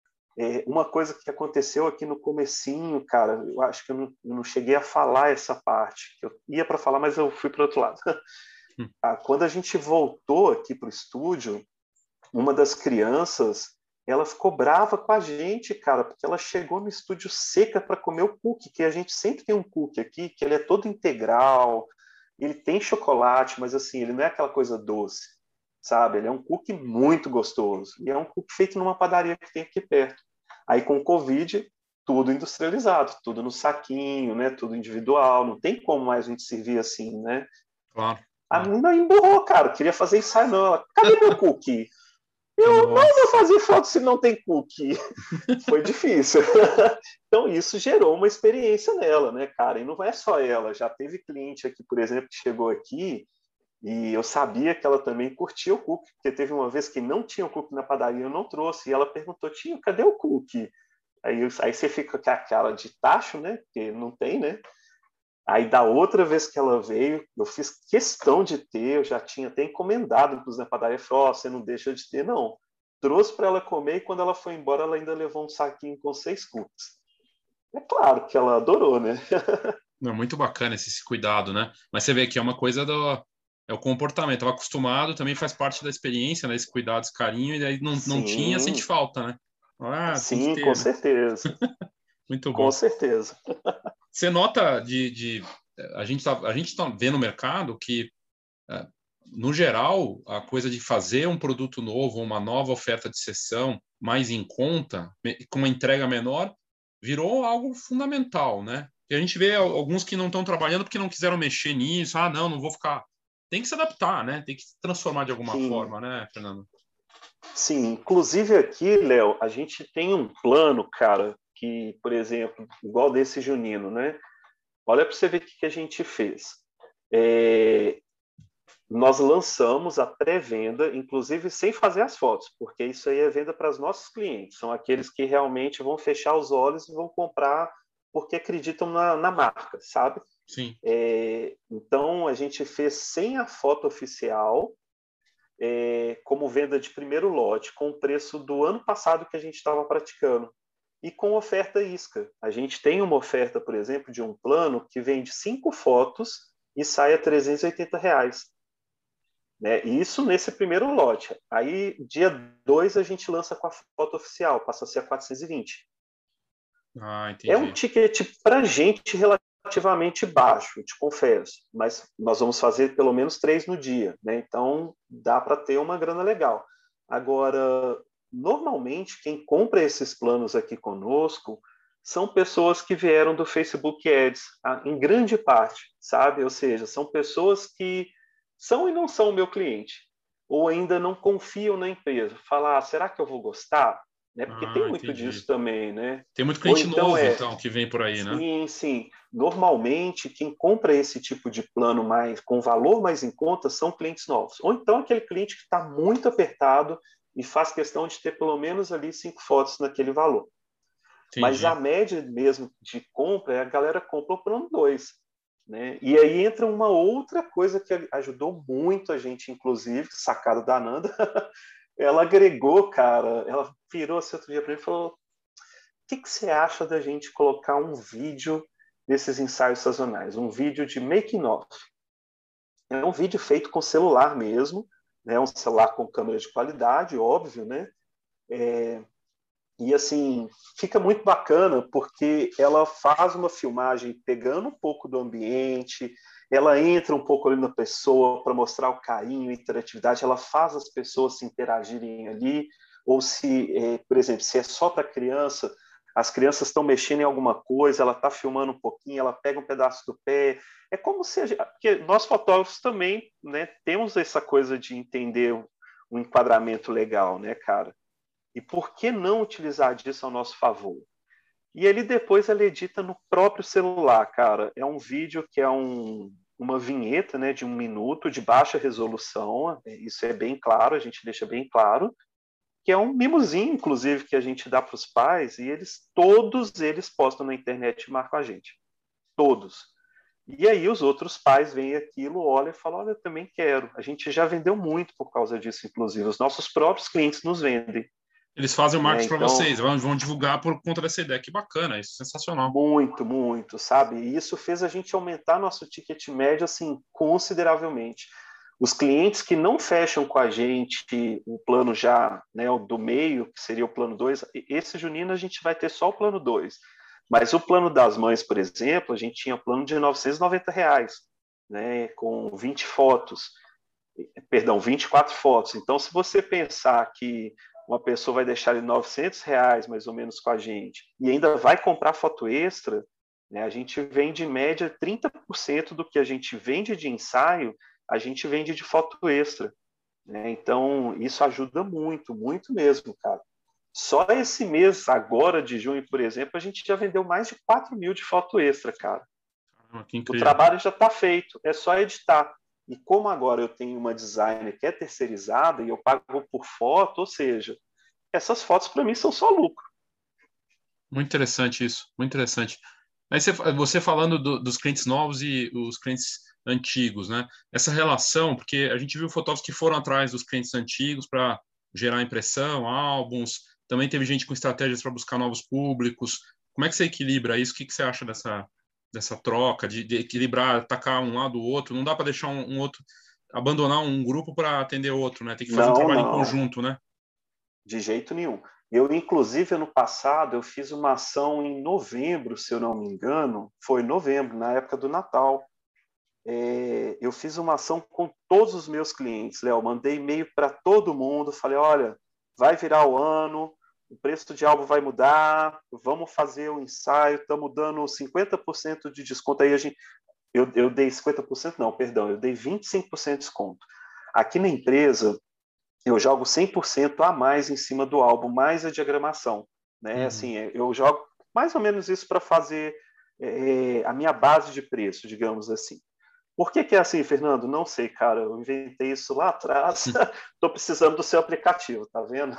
Uma coisa que aconteceu aqui no comecinho, cara, eu acho que eu não cheguei a falar essa parte. Eu ia para falar, mas eu fui para outro lado. Hum. Quando a gente voltou aqui para o estúdio, uma das crianças, ela ficou brava com a gente, cara, porque ela chegou no estúdio seca para comer o cookie, que a gente sempre tem um cookie aqui, que ele é todo integral, ele tem chocolate, mas assim, ele não é aquela coisa doce, sabe? Ele é um cookie muito gostoso, e é um cookie feito numa padaria que tem aqui perto. Aí com o Covid, tudo industrializado, tudo no saquinho, né? Tudo individual, não tem como mais a gente servir assim, né? Claro, A claro. menina emburrou, cara, queria fazer ensaio, não. Ela, cadê meu cookie? Eu não vou Nossa. fazer foto se não tem cookie. Foi difícil. Então, isso gerou uma experiência nela, né, cara? E não é só ela. Já teve cliente aqui, por exemplo, que chegou aqui E eu sabia que ela também curtia o cookie, porque teve uma vez que não tinha o cookie na padaria, eu não trouxe. E ela perguntou, tio, cadê o cookie? Aí você fica com a cara de tacho, né? Porque não tem, né? Aí da outra vez que ela veio, eu fiz questão de ter, eu já tinha até encomendado para na padaria, falou, oh, você não deixa de ter, não. Trouxe para ela comer e quando ela foi embora, ela ainda levou um saquinho com 6 cookies. É claro que ela adorou, né? É muito bacana esse cuidado, né? Mas você vê que é uma coisa do... É o comportamento. Estava acostumado, também faz parte da experiência, né? Esse cuidado, esse carinho, e aí não tinha, sente Sim, falta, né? Ah, tem que sim, com ter, né? certeza. Muito Com bom. certeza. Você nota a gente tá vendo no mercado que, eh, no geral, a coisa de fazer um produto novo, uma nova oferta de sessão mais em conta, com uma entrega menor, virou algo fundamental, né? E a gente vê alguns que não estão trabalhando porque não quiseram mexer nisso. Ah, não vou ficar. Tem que se adaptar, né? Tem que se transformar de alguma Sim, forma, né, Fernando? sim. Inclusive aqui, Léo, a gente tem um plano, cara, que, por exemplo, igual desse junino, né? Olha para você ver o que a gente fez. É, nós lançamos a pré-venda, inclusive sem fazer as fotos, porque isso aí é venda para os nossos clientes, são aqueles que realmente vão fechar os olhos e vão comprar porque acreditam na marca, sabe? Sim. Então a gente fez sem a foto oficial, como venda de primeiro lote, com o preço do ano passado que a gente estava praticando. E com oferta isca. A gente tem uma oferta, por exemplo, de um plano que vende 5 fotos e sai a R$ 380. Né? Isso nesse primeiro lote. Aí, dia 2 a gente lança com a foto oficial, passa a ser a 420. Ah, É um entendi. ticket para a gente relativamente baixo, te confesso, mas nós vamos fazer pelo menos 3 no dia, né? Então dá para ter uma grana legal. Agora, normalmente, quem compra esses planos aqui conosco são pessoas que vieram do Facebook Ads, em grande parte, sabe? Ou seja, são pessoas que são e não são o meu cliente, ou ainda não confiam na empresa. Falar, ah, será que eu vou gostar? Né? Porque tem Ah, muito entendi. disso também, né? Tem muito Ou cliente então novo, então, que vem por aí, né? sim, sim. Normalmente, quem compra esse tipo de plano mais com valor mais em conta são clientes novos. Ou então aquele cliente que está muito apertado e faz questão de ter pelo menos ali 5 fotos naquele valor. Mas a Entendi. média mesmo de compra é a galera compra o plano 2. Né? E aí entra uma outra coisa que ajudou muito a gente, inclusive, sacada da Nanda. Ela agregou, cara, ela virou assim outro dia para mim e falou: que você acha da gente colocar um vídeo desses ensaios sazonais? Um vídeo de making of. É um vídeo feito com celular mesmo, né? Um celular com câmera de qualidade, óbvio, né? É, e assim, fica muito bacana porque ela faz uma filmagem pegando um pouco do ambiente, ela entra um pouco ali na pessoa para mostrar o carinho, a interatividade, ela faz as pessoas se interagirem ali, ou se, por exemplo, se é só para criança, as crianças estão mexendo em alguma coisa, ela está filmando um pouquinho, ela pega um pedaço do pé. É como se porque nós fotógrafos também, né, temos essa coisa de entender um enquadramento legal, né, cara? E por que não utilizar disso ao nosso favor? E ele depois ela edita no próprio celular, cara. É um vídeo que é uma vinheta, né, de 1 minuto, de baixa resolução. Isso é bem claro, a gente deixa bem claro. Que é um mimozinho, inclusive, que a gente dá para os pais. E todos eles postam na internet e marcam a gente. Todos. E aí os outros pais veem aquilo, olham e falam: olha, eu também quero. A gente já vendeu muito por causa disso, inclusive. Os nossos próprios clientes nos vendem. Eles fazem o Né? marketing para Então, vocês, vão divulgar por conta dessa ideia. Que bacana, isso é sensacional. muito, muito, sabe? E isso fez a gente aumentar nosso ticket médio assim consideravelmente. Os clientes que não fecham com a gente o plano já, né, o do meio, que seria o plano 2, esse junino a gente vai ter só o plano 2. Mas o plano das mães, por exemplo, a gente tinha plano de R$ 990, né, com 20 fotos, perdão, 24 fotos. Então, se você pensar que uma pessoa vai deixar ali R$ 900 mais ou menos com a gente e ainda vai comprar foto extra, né, a gente vende em média 30% do que a gente vende de ensaio, a gente vende de foto extra. Né? Então, isso ajuda muito, muito mesmo, cara. Só esse mês, agora de junho, por exemplo, a gente já vendeu mais de 4 mil de foto extra, cara. Caramba, que O incrível. trabalho já está feito, é só editar. E como agora eu tenho uma designer que é terceirizada e eu pago por foto, ou seja, essas fotos para mim são só lucro. Muito interessante isso, muito interessante. Aí você falando dos clientes novos e os clientes antigos, né? Essa relação, porque a gente viu fotógrafos que foram atrás dos clientes antigos para gerar impressão, álbuns, também teve gente com estratégias para buscar novos públicos. Como é que você equilibra isso? O que você acha dessa troca, de equilibrar, atacar um lado ou outro? Não dá para deixar um outro, abandonar um grupo para atender outro, né? Tem que fazer um Não, trabalho em não, conjunto, né? de jeito nenhum. Eu, inclusive, ano passado, eu fiz uma ação em novembro, se eu não me engano, foi novembro, na época do Natal. Eu fiz uma ação com todos os meus clientes, Léo, mandei e-mail para todo mundo, falei, olha, vai virar o ano, o preço de álbum vai mudar, vamos fazer o ensaio, estamos dando 50% de desconto. Aí eu dei 50%, não, perdão, eu dei 25% de desconto. Aqui na empresa, eu jogo 100% a mais em cima do álbum, mais a diagramação. Né? Uhum. Assim, eu jogo mais ou menos isso para fazer a minha base de preço, digamos assim. Por que é assim, Fernando? Não sei, cara. Eu inventei isso lá atrás. Estou precisando do seu aplicativo, tá vendo?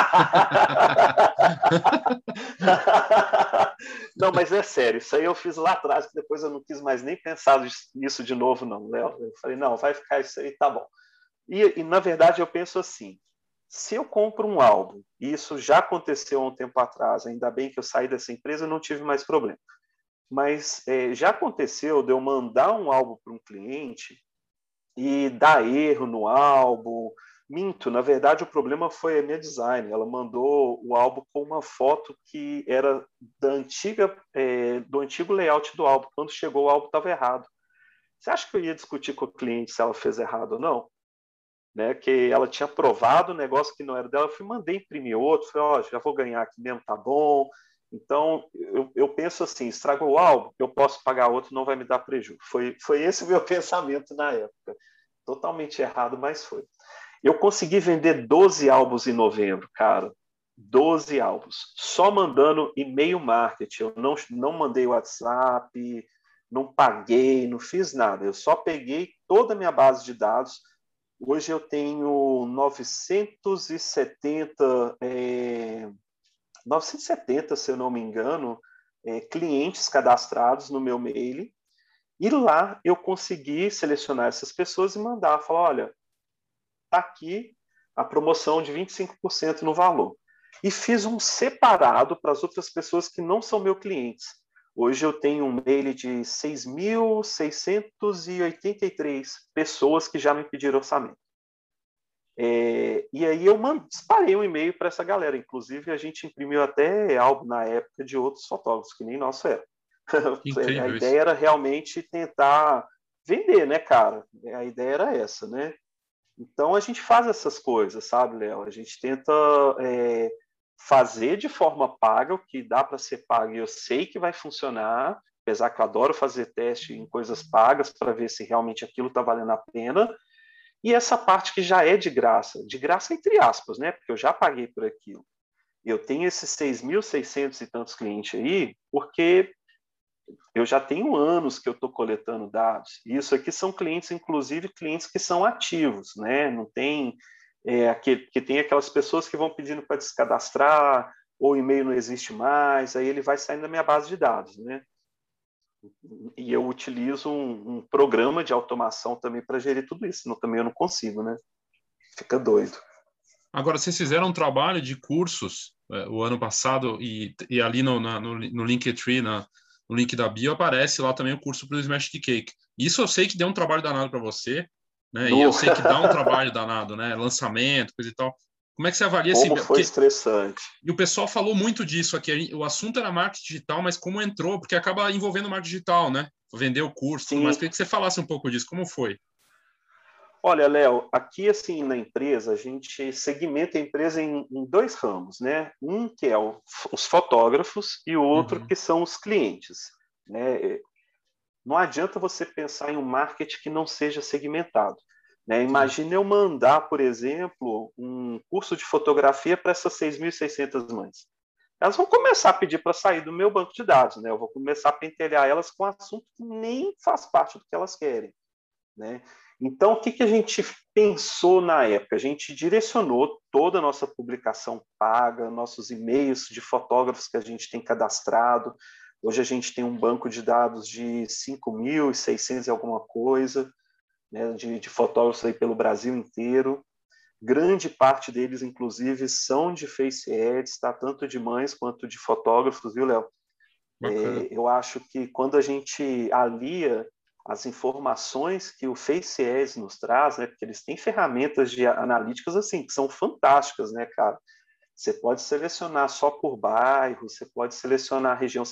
Não, mas é sério. Isso aí eu fiz lá atrás, que depois eu não quis mais nem pensar nisso de novo, não, Léo. Eu falei, não, vai ficar isso aí, tá bom. Na verdade, eu penso assim: se eu compro um álbum, e isso já aconteceu há um tempo atrás, ainda bem que eu saí dessa empresa e não tive mais problema. Mas já aconteceu de eu mandar um álbum para um cliente e dar erro no álbum. Minto, na verdade o problema foi a minha design. Ela mandou o álbum com uma foto que era do antigo layout do álbum. Quando chegou o álbum estava errado. Você acha que eu ia discutir com o cliente se ela fez errado ou não? Né, que ela tinha provado o negócio que não era dela, eu fui, mandei imprimir outro, falei, ó, já vou ganhar aqui mesmo, tá bom. Então, eu penso assim, estragou o álbum, eu posso pagar outro, não vai me dar prejuízo. Foi esse o meu pensamento na época. Totalmente errado, mas foi. Eu consegui vender 12 álbuns em novembro, cara. 12 álbuns. Só mandando e-mail marketing. Eu não mandei WhatsApp, não paguei, não fiz nada. Eu só peguei toda a minha base de dados. Hoje eu tenho 970, se eu não me engano, clientes cadastrados no meu mail. E lá eu consegui selecionar essas pessoas e mandar, falar, olha, está aqui a promoção de 25% no valor. E fiz um separado para as outras pessoas que não são meus clientes. Hoje eu tenho um mail de 6.683 pessoas que já me pediram orçamento. E aí eu disparei um e-mail para essa galera. Inclusive, a gente imprimiu até álbum na época de outros fotógrafos, que nem nosso era. Que A incrível isso. ideia era realmente tentar vender, né, cara? A ideia era essa, né? Então a gente faz essas coisas, sabe, Léo? A gente tenta fazer de forma paga o que dá para ser pago e eu sei que vai funcionar, apesar que eu adoro fazer teste em coisas pagas para ver se realmente aquilo está valendo a pena. E essa parte que já é de graça entre aspas, né? Porque eu já paguei por aquilo. Eu tenho esses 6.600 e tantos clientes aí, porque eu já tenho anos que eu estou coletando dados. E isso aqui são clientes, inclusive clientes que são ativos, né? Não tem que tem aquelas pessoas que vão pedindo para descadastrar, ou o e-mail não existe mais, aí ele vai saindo da minha base de dados, né? E eu utilizo um programa de automação também para gerir tudo isso, senão também eu não consigo, né? Fica doido. Agora, vocês fizeram um trabalho de cursos o ano passado e ali no Linktree, no link da bio, aparece lá também o curso para o Smash the Cake. Isso eu sei que deu um trabalho danado para você, né? E No... eu sei que dá um trabalho danado, né? Lançamento, coisa e tal. Como é que você avalia esse... Como foi estressante. E o pessoal falou muito disso aqui. O assunto era marketing digital, mas como entrou? Porque acaba envolvendo marketing digital, né? Vender o curso, tudo mais. Sim. Queria que você falasse um pouco disso. Como foi? Olha, Léo, aqui assim na empresa a gente segmenta a empresa em dois ramos, né? Um que é os fotógrafos e o outro Uhum. que são os clientes, né? Não adianta você pensar em um marketing que não seja segmentado, né? Sim. Imagine eu mandar, por exemplo, um curso de fotografia para essas 6.600 mães. Elas vão começar a pedir para sair do meu banco de dados, né? Eu vou começar a pentelhar elas com assunto que nem faz parte do que elas querem, né? Então, o que, que a gente pensou na época? A gente direcionou toda a nossa publicação paga, nossos e-mails de fotógrafos que a gente tem cadastrado. Hoje a gente tem um banco de dados de 5.600 e alguma coisa, né, de fotógrafos aí pelo Brasil inteiro. Grande parte deles, inclusive, são de Face Ads, tá? Tanto de mães quanto de fotógrafos, viu, Léo? Bacana. Eu acho que quando a gente alia as informações que o Face Ads nos traz, né, porque eles têm ferramentas de analíticas assim que são fantásticas, né, cara? Você pode selecionar só por bairro, você pode selecionar a região,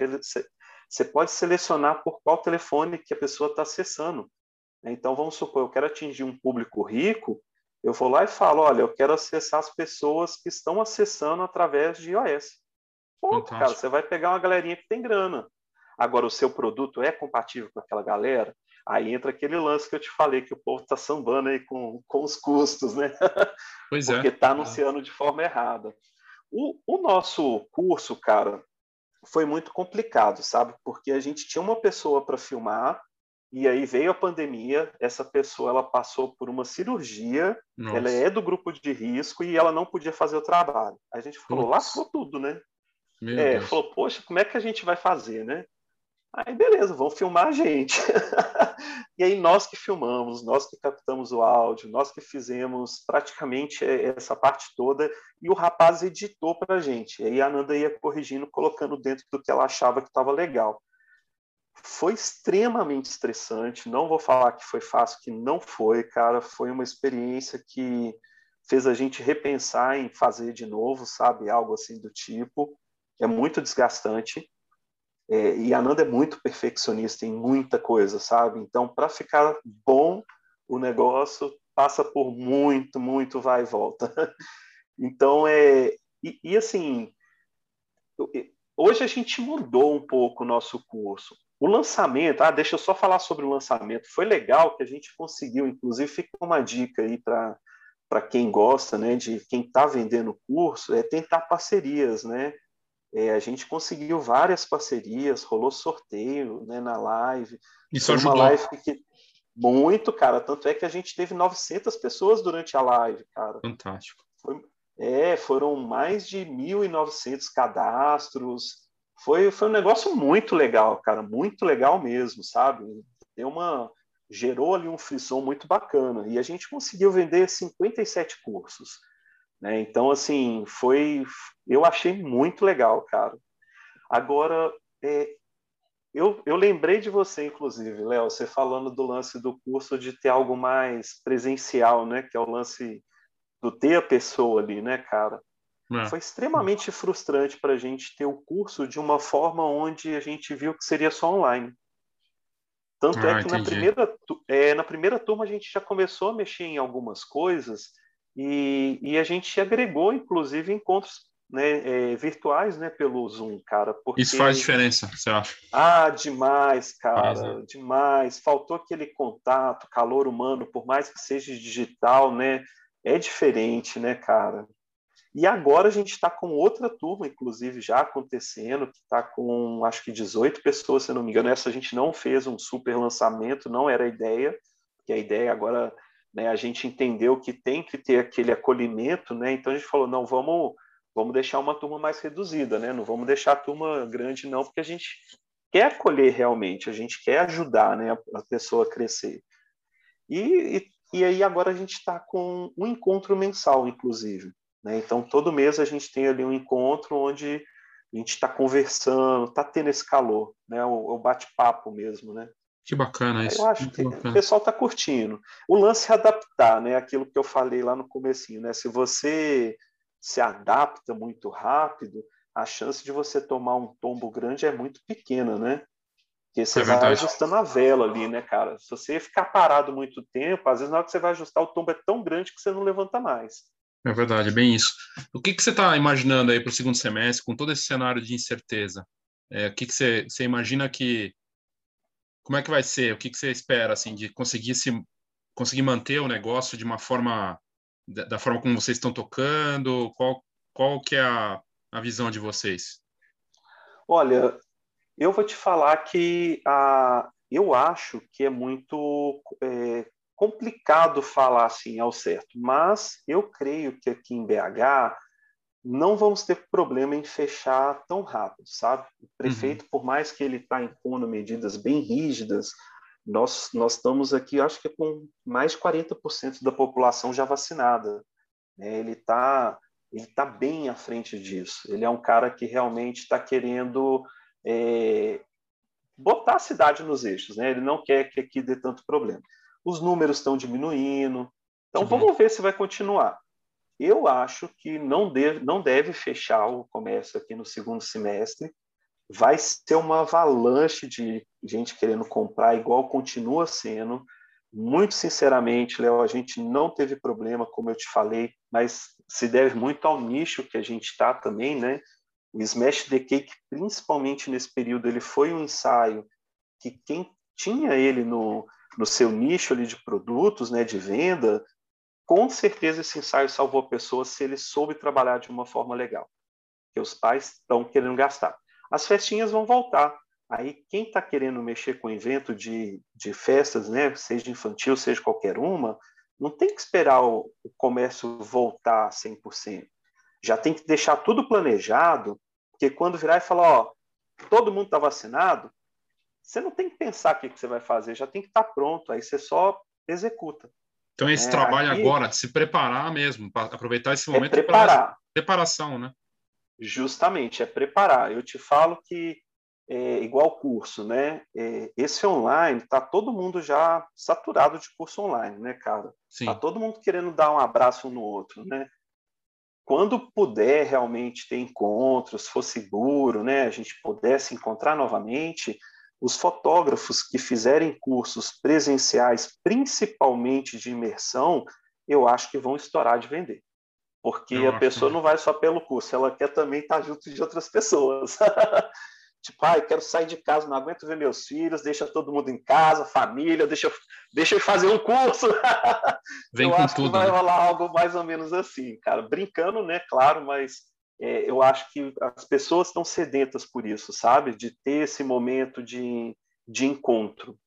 você pode selecionar por qual telefone que a pessoa está acessando. Então, vamos supor, eu quero atingir um público rico, eu vou lá e falo, olha, eu quero acessar as pessoas que estão acessando através de iOS. Ponto, cara, Fantástico. você vai pegar uma galerinha que tem grana. Agora, o seu produto é compatível com aquela galera? Aí entra aquele lance que eu te falei, que o povo está sambando aí com os custos, né? Pois é. Porque está anunciando de forma errada. O nosso curso, cara, foi muito complicado, sabe? Porque a gente tinha uma pessoa para filmar, e aí veio a pandemia, essa pessoa ela passou por uma cirurgia, ela Nossa. é do grupo de risco e ela não podia fazer o trabalho. A gente falou, lascou Putz, tudo, né? meu Deus. Falou, poxa, como é que a gente vai fazer, né? Aí, beleza, vão filmar a gente. E aí, nós que filmamos, nós que captamos o áudio, nós que fizemos praticamente essa parte toda, e o rapaz editou para a gente. E aí, a Ananda ia corrigindo, colocando dentro do que ela achava que estava legal. Foi extremamente estressante, não vou falar que foi fácil, que não foi, cara. Foi uma experiência que fez a gente repensar em fazer de novo, sabe? Algo assim do tipo. É muito desgastante. E a Nanda é muito perfeccionista em muita coisa, sabe? Então, para ficar bom, o negócio passa por muito, muito vai e volta. Então, assim, hoje a gente mudou um pouco o nosso curso. O lançamento, deixa eu só falar sobre o lançamento. Foi legal que a gente conseguiu, inclusive, fica uma dica aí para quem gosta, né, de quem está vendendo o curso, é tentar parcerias, né? A gente conseguiu várias parcerias, rolou sorteio, né, na live. Isso Foi uma ajudou. live que muito, cara. Tanto é que a gente teve 900 pessoas durante a live, cara. Fantástico. Foi, foram mais de 1.900 cadastros. Foi um negócio muito legal, cara. Muito legal mesmo, sabe? Deu gerou ali um frisson muito bacana. E a gente conseguiu vender 57 cursos. Né? Então, assim, eu achei muito legal, cara. Agora, eu lembrei de você, inclusive, Léo, você falando do lance do curso de ter algo mais presencial, né? Que é o lance do ter a pessoa ali, né, cara? É. Foi extremamente frustrante para a gente ter o curso de uma forma onde a gente viu que seria só online. Tanto é Ah, que entendi. na primeira turma a gente já começou a mexer em algumas coisas e a gente agregou, inclusive, encontros, né, virtuais, né, pelo Zoom, cara, Isso faz porque diferença, você acha? demais, Faz, né? cara, demais. Faltou aquele contato, calor humano, por mais que seja digital, né, é diferente, né, cara. E agora a gente está com outra turma, inclusive, já acontecendo, que está com acho que 18 pessoas, se não me engano. Essa a gente não fez um super lançamento, não era a ideia, porque a ideia agora, né, a gente entendeu que tem que ter aquele acolhimento, né? Então a gente falou, não, vamos deixar uma turma mais reduzida, né? Não vamos deixar a turma grande, não, porque a gente quer acolher realmente, a gente quer ajudar, né, a pessoa a crescer. E aí agora a gente está com um encontro mensal, inclusive. Né? Então, todo mês a gente tem ali um encontro onde a gente está conversando, está tendo esse calor, né? O bate-papo mesmo. Né? Que bacana Eu isso. acho Muito que o bacana. pessoal está curtindo. O lance é adaptar, né? Aquilo que eu falei lá no comecinho. Né? Se você se adapta muito rápido, a chance de você tomar um tombo grande é muito pequena, né? Porque você É vai verdade. ajustando a vela ali, né, cara? Se você ficar parado muito tempo, às vezes na hora que você vai ajustar, o tombo é tão grande que você não levanta mais. É verdade, é bem isso. O que que você está imaginando aí para o segundo semestre, com todo esse cenário de incerteza? O que que você imagina que, como é que vai ser? O que que você espera, assim, de conseguir manter o negócio de uma forma, da forma como vocês estão tocando? Qual que é a visão de vocês? Olha, eu vou te falar que eu acho que é muito complicado falar assim ao certo, mas eu creio que aqui em BH não vamos ter problema em fechar tão rápido, sabe? O Uhum. prefeito, por mais que ele está impondo medidas bem rígidas, nós estamos aqui, acho que com mais de 40% da população já vacinada, né? Ele tá bem à frente disso. Ele é um cara que realmente está querendo é, botar a cidade nos eixos, né? Ele não quer que aqui dê tanto problema. Os números estão diminuindo, Que então bom. vamos ver se vai continuar. Eu acho que não deve fechar o comércio aqui no segundo semestre. Vai ser uma avalanche de gente querendo comprar, igual continua sendo. Muito sinceramente, Léo, a gente não teve problema, como eu te falei, mas se deve muito ao nicho que a gente está também, né? O Smash the Cake, principalmente nesse período, ele foi um ensaio que quem tinha ele no seu nicho ali de produtos, né, de venda, com certeza esse ensaio salvou a pessoa se ele soube trabalhar de uma forma legal, que os pais estão querendo gastar. As festinhas vão voltar. Aí quem está querendo mexer com evento de festas, né, seja infantil, seja qualquer uma, não tem que esperar o comércio voltar 100%. Já tem que deixar tudo planejado, porque quando virar e falar, ó, todo mundo está vacinado, você não tem que pensar o que você vai fazer, já tem que estar pronto, aí você só executa. Então, esse Né? trabalho Aqui agora de se preparar mesmo, para aproveitar esse é momento para preparar, preparação, né? justamente, é preparar. Eu te falo que é igual curso, né? Esse online, tá todo mundo já saturado de curso online, né, cara? Tá Sim. todo mundo querendo dar um abraço um no outro, né? Quando puder realmente ter encontros, for seguro, né, a gente pudesse encontrar novamente, os fotógrafos que fizerem cursos presenciais, principalmente de imersão, eu acho que vão estourar de vender. Porque Eu a acho pessoa também. não vai só pelo curso, ela quer também estar junto de outras pessoas. Tipo, ah, eu quero sair de casa, não aguento ver meus filhos, deixa todo mundo em casa, família, deixa eu fazer um curso. Vem Eu com acho que tudo, vai né? rolar algo mais ou menos assim, cara. Brincando, né, claro, mas eu acho que as pessoas estão sedentas por isso, sabe? De ter esse momento de encontro.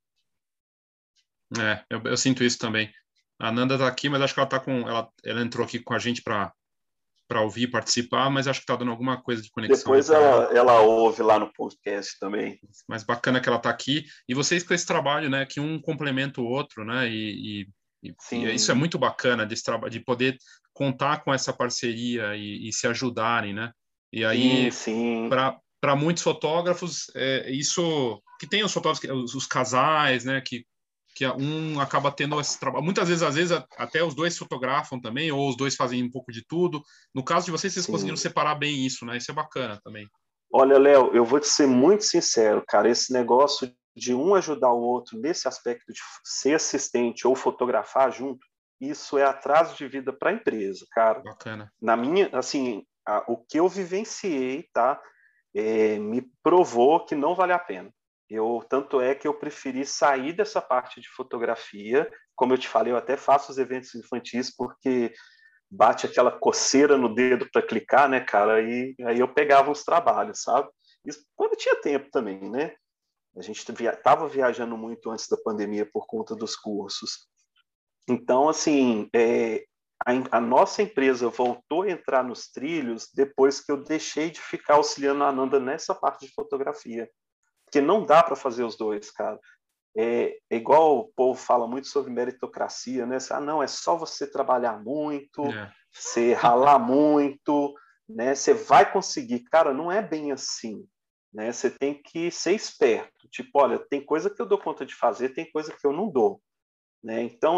Eu sinto isso também. A Nanda tá aqui, mas acho que ela tá com. Ela entrou aqui com a gente para ouvir e participar, mas acho que tá dando alguma coisa de conexão aí Depois para ela. ela ouve lá no podcast também. Mas bacana que ela tá aqui. E vocês com esse trabalho, né? Que um complementa o outro, né? Isso é Sim, muito bacana desse trabalho, de poder contar com essa parceria e se ajudarem, né? E sim, aí, sim. para muitos fotógrafos, isso que tem os fotógrafos, os casais, né? Que um acaba tendo esse trabalho. Muitas vezes, às vezes, até os dois fotografam também, ou os dois fazem um pouco de tudo. No caso de vocês, vocês conseguiram Sim. separar bem isso, né? Isso é bacana também. Olha, Léo, eu vou te ser muito sincero, cara. Esse negócio de um ajudar o outro nesse aspecto de ser assistente ou fotografar junto, isso é atraso de vida para a empresa, cara. Bacana. Na minha, assim, o que eu vivenciei, tá, me provou que não vale a pena. Tanto é que eu preferi sair dessa parte de fotografia. Como eu te falei, eu até faço os eventos infantis porque bate aquela coceira no dedo para clicar, né, cara? Aí eu pegava os trabalhos, sabe? Isso quando tinha tempo também, né? A gente estava viajando muito antes da pandemia por conta dos cursos. Então, assim, a nossa empresa voltou a entrar nos trilhos depois que eu deixei de ficar auxiliando a Ananda nessa parte de fotografia. Porque não dá para fazer os dois, cara. É igual o povo fala muito sobre meritocracia, né? Ah, não, é só você trabalhar muito, É. você ralar muito, né? Você vai conseguir. Cara, não é bem assim, né? Você tem que ser esperto. Tipo, olha, tem coisa que eu dou conta de fazer, tem coisa que eu não dou, né? Então,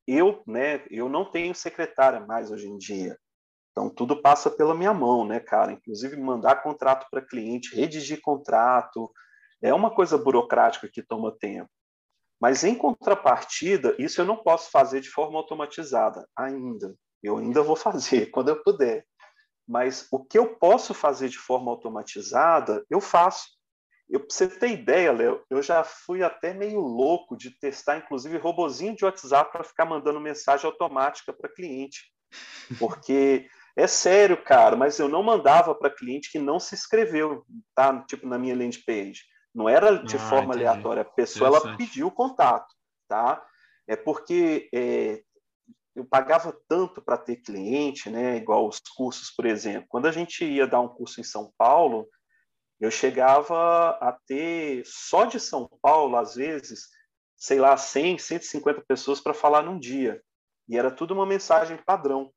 eu não tenho secretária mais hoje em dia. Então, tudo passa pela minha mão, né, cara? Inclusive, mandar contrato para cliente, redigir contrato, é uma coisa burocrática que toma tempo. Mas, em contrapartida, isso eu não posso fazer de forma automatizada ainda. Eu ainda vou fazer quando eu puder. Mas o que eu posso fazer de forma automatizada, eu faço. Para você ter ideia, Léo, eu já fui até meio louco de testar, inclusive, robozinho de WhatsApp para ficar mandando mensagem automática para cliente. Porque é sério, cara, mas eu não mandava para cliente que não se inscreveu, tá? Tipo, na minha landing page. Não era de Ah, forma entendi. aleatória. A pessoa, ela Interessante. pediu o contato, tá? É porque eu pagava tanto para ter cliente, né? Igual os cursos, por exemplo. Quando a gente ia dar um curso em São Paulo, eu chegava a ter, só de São Paulo, às vezes, sei lá, 100, 150 pessoas para falar num dia. E era tudo uma mensagem padrão.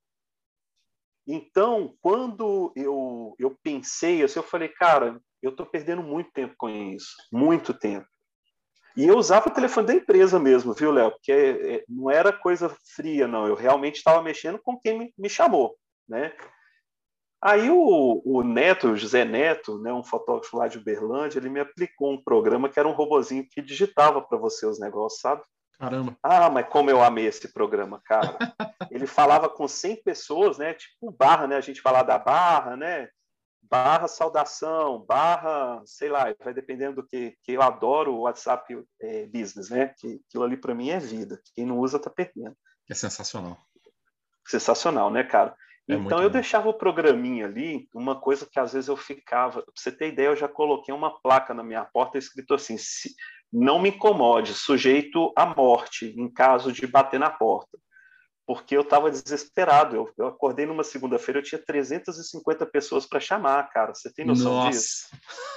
Então, quando eu pensei assim, eu falei, cara, eu estou perdendo muito tempo com isso, muito tempo. E eu usava o telefone da empresa mesmo, viu, Léo? Porque não era coisa fria, não. Eu realmente estava mexendo com quem me chamou, né? Aí o Neto, o José Neto, né, um fotógrafo lá de Uberlândia, ele me aplicou um programa que era um robozinho que digitava para você os negócios, sabe? Caramba. Ah, mas como eu amei esse programa, cara. Ele falava com 100 pessoas, né? Tipo barra, né? A gente fala da barra, né? Barra saudação, barra, sei lá, vai dependendo do que eu adoro o WhatsApp Business, né? Que aquilo ali para mim é vida. Quem não usa tá perdendo. É sensacional. Sensacional, né, cara? É Então muito eu bom. deixava o programinha ali, uma coisa que às vezes eu ficava, pra você ter ideia, eu já coloquei uma placa na minha porta escrito assim: não me incomode, sujeito à morte em caso de bater na porta. Porque eu estava desesperado. Eu acordei numa segunda-feira, eu tinha 350 pessoas para chamar, cara. Você tem noção disso? Nossa,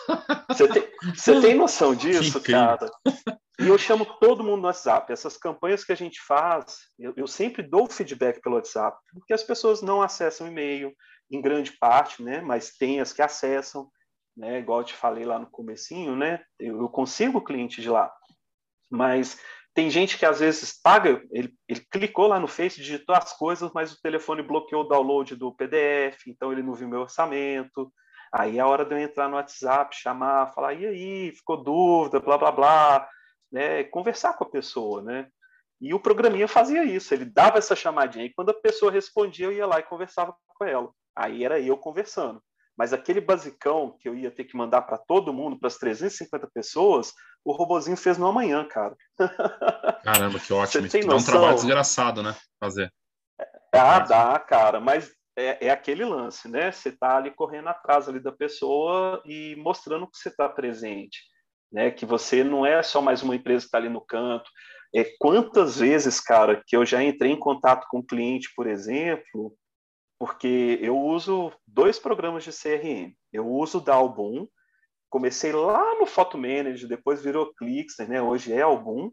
Você tem noção que disso, incrível. cara? E eu chamo todo mundo no WhatsApp. Essas campanhas que a gente faz, eu sempre dou feedback pelo WhatsApp, porque as pessoas não acessam e-mail, em grande parte, né? Mas tem as que acessam, né? Igual eu te falei lá no comecinho, né? Eu consigo o cliente de lá. Mas tem gente que às vezes paga, ele clicou lá no Face, digitou as coisas, mas o telefone bloqueou o download do PDF, então ele não viu meu orçamento. Aí é a hora de eu entrar no WhatsApp, chamar, falar, e aí, ficou dúvida, blá, blá, blá, né? Conversar com a pessoa, né? E o programinha fazia isso, ele dava essa chamadinha, e quando a pessoa respondia, eu ia lá e conversava com ela. Aí era eu conversando. Mas aquele basicão que eu ia ter que mandar para todo mundo, para as 350 pessoas, o robozinho fez no amanhã, cara. Caramba, que Você ótimo. Isso tem que dá um trabalho noção? desgraçado, né? Fazer. Ah, Parte. dá, cara, mas é aquele lance, né? Você tá ali correndo atrás ali da pessoa e mostrando que você está presente, né? Que você não é só mais uma empresa que está ali no canto. Quantas vezes, cara, que eu já entrei em contato com um cliente, por exemplo, porque eu uso dois programas de CRM. Eu uso o da Album, comecei lá no Photo Manager, depois virou Clickster, né? Hoje é Album.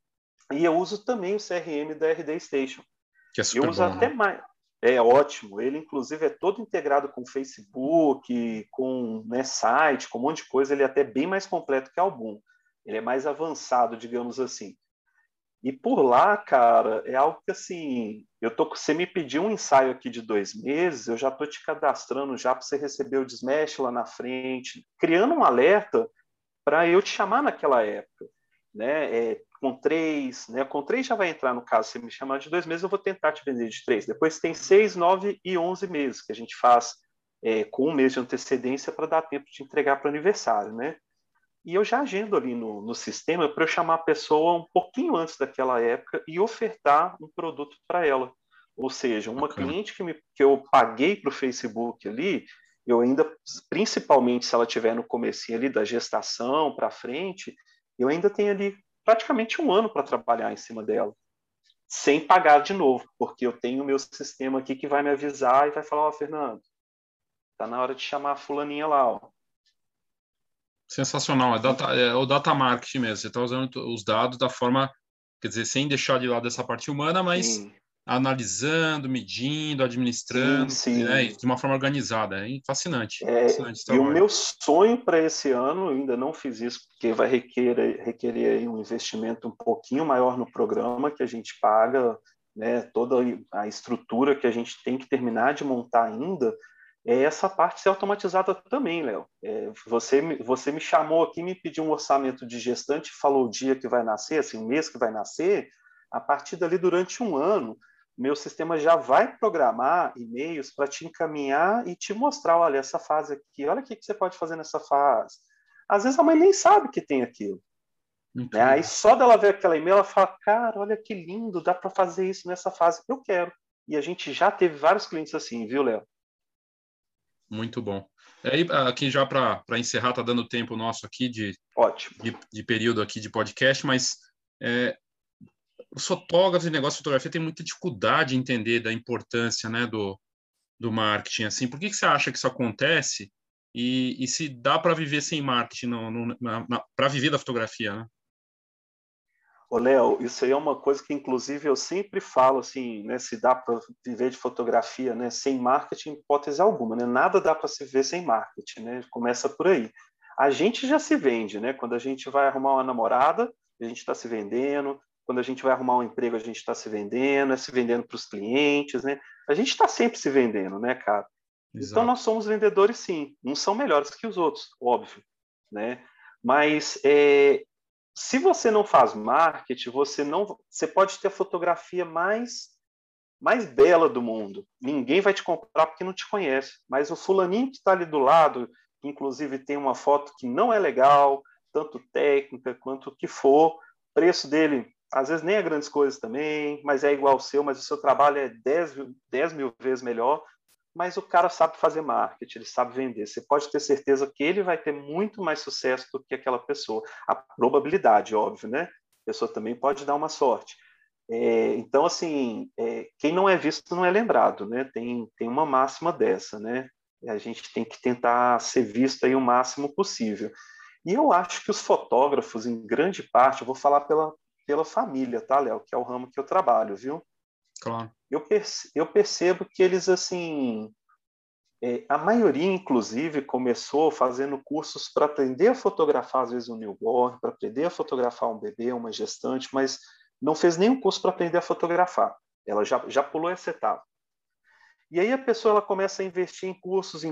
E eu uso também o CRM da RD Station. Que é Eu super uso bom, até né? mais. É ótimo. Ele, inclusive, é todo integrado com Facebook, com site, com um monte de coisa. Ele é até bem mais completo que o Album. Ele é mais avançado, digamos assim. E por lá, cara, é algo que assim, você me pediu um ensaio aqui de 2 meses, eu já estou te cadastrando já para você receber o Smash lá na frente, criando um alerta para eu te chamar naquela época, né? Com 3, né? Com 3 já vai entrar no caso, se me chamar de 2 meses, eu vou tentar te vender de 3. Depois tem 6, 9 e 11 meses que a gente faz com 1 mês de antecedência para dar tempo de entregar para o aniversário, né? E eu já agendo ali no sistema para eu chamar a pessoa um pouquinho antes daquela época e ofertar um produto para ela. Ou seja, uma Bacana. cliente que eu paguei para o Facebook ali, eu ainda, principalmente se ela estiver no comecinho ali da gestação para frente, eu ainda tenho ali praticamente um ano para trabalhar em cima dela, sem pagar de novo, porque eu tenho o meu sistema aqui que vai me avisar e vai falar, ó, Fernando, tá na hora de chamar a fulaninha lá, ó. Sensacional. É o data marketing mesmo. Você está usando os dados da forma, quer dizer, sem deixar de lado essa parte humana, mas Sim, analisando, medindo, sim, administrando, né, sim. de uma forma organizada. É fascinante. Fascinante esse E o trabalho. meu sonho para esse ano, eu ainda não fiz isso, porque vai requerer um investimento um pouquinho maior no programa que a gente paga, né, toda a estrutura que a gente tem que terminar de montar ainda, é essa parte ser automatizada também, Léo. Você me chamou aqui, me pediu um orçamento de gestante, falou o dia que vai nascer, assim, o mês que vai nascer, a partir dali durante um ano, meu sistema já vai programar e-mails para te encaminhar e te mostrar, olha, essa fase aqui, olha o que você pode fazer nessa fase. Às vezes a mãe nem sabe que tem aquilo. Né? Aí Incrível. só dela ver aquela e-mail, ela fala, cara, olha que lindo, dá para fazer isso nessa fase. Eu quero. E a gente já teve vários clientes assim, viu, Léo? Muito bom. Aí, aqui já para encerrar, tá dando tempo nosso aqui Ótimo. de período aqui de podcast, mas é, os fotógrafos de negócio de fotografia têm muita dificuldade em entender da importância, né, do marketing, assim. Por que você acha que isso acontece? E se dá para viver sem marketing, para viver da fotografia, né? Ô, Léo, isso aí é uma coisa que, inclusive, eu sempre falo, assim, né, se dá para viver de fotografia, né, sem marketing, hipótese alguma, né? Nada dá para se viver sem marketing, né? Começa por aí. A gente já se vende, né? Quando a gente vai arrumar uma namorada, a gente está se vendendo. Quando a gente vai arrumar um emprego, a gente está se vendendo, é se vendendo para os clientes, né? A gente está sempre se vendendo, né, cara? Então, nós Exato. somos vendedores, sim. Uns são melhores que os outros, óbvio, né? Mas se você não faz marketing, você pode ter a fotografia mais bela do mundo. Ninguém vai te comprar porque não te conhece. Mas o fulaninho que está ali do lado, que inclusive tem uma foto que não é legal, tanto técnica quanto o que for, o preço dele às vezes nem é grandes coisas também, mas é igual ao seu, mas o seu trabalho é 10 mil vezes melhor, mas o cara sabe fazer marketing, ele sabe vender. Você pode ter certeza que ele vai ter muito mais sucesso do que aquela pessoa. A probabilidade, óbvio, né? A pessoa também pode dar uma sorte. Então, assim, quem não é visto não é lembrado, né? Tem uma máxima dessa, né? A gente tem que tentar ser visto aí o máximo possível. E eu acho que os fotógrafos, em grande parte, eu vou falar pela família, tá, Léo? Que é o ramo que eu trabalho, viu? Claro. Eu percebo que eles, assim, a maioria, inclusive, começou fazendo cursos para aprender a fotografar, às vezes, um newborn, para aprender a fotografar um bebê, uma gestante, mas não fez nenhum curso para aprender a fotografar. Ela já pulou essa etapa. E aí a pessoa ela começa a investir em cursos,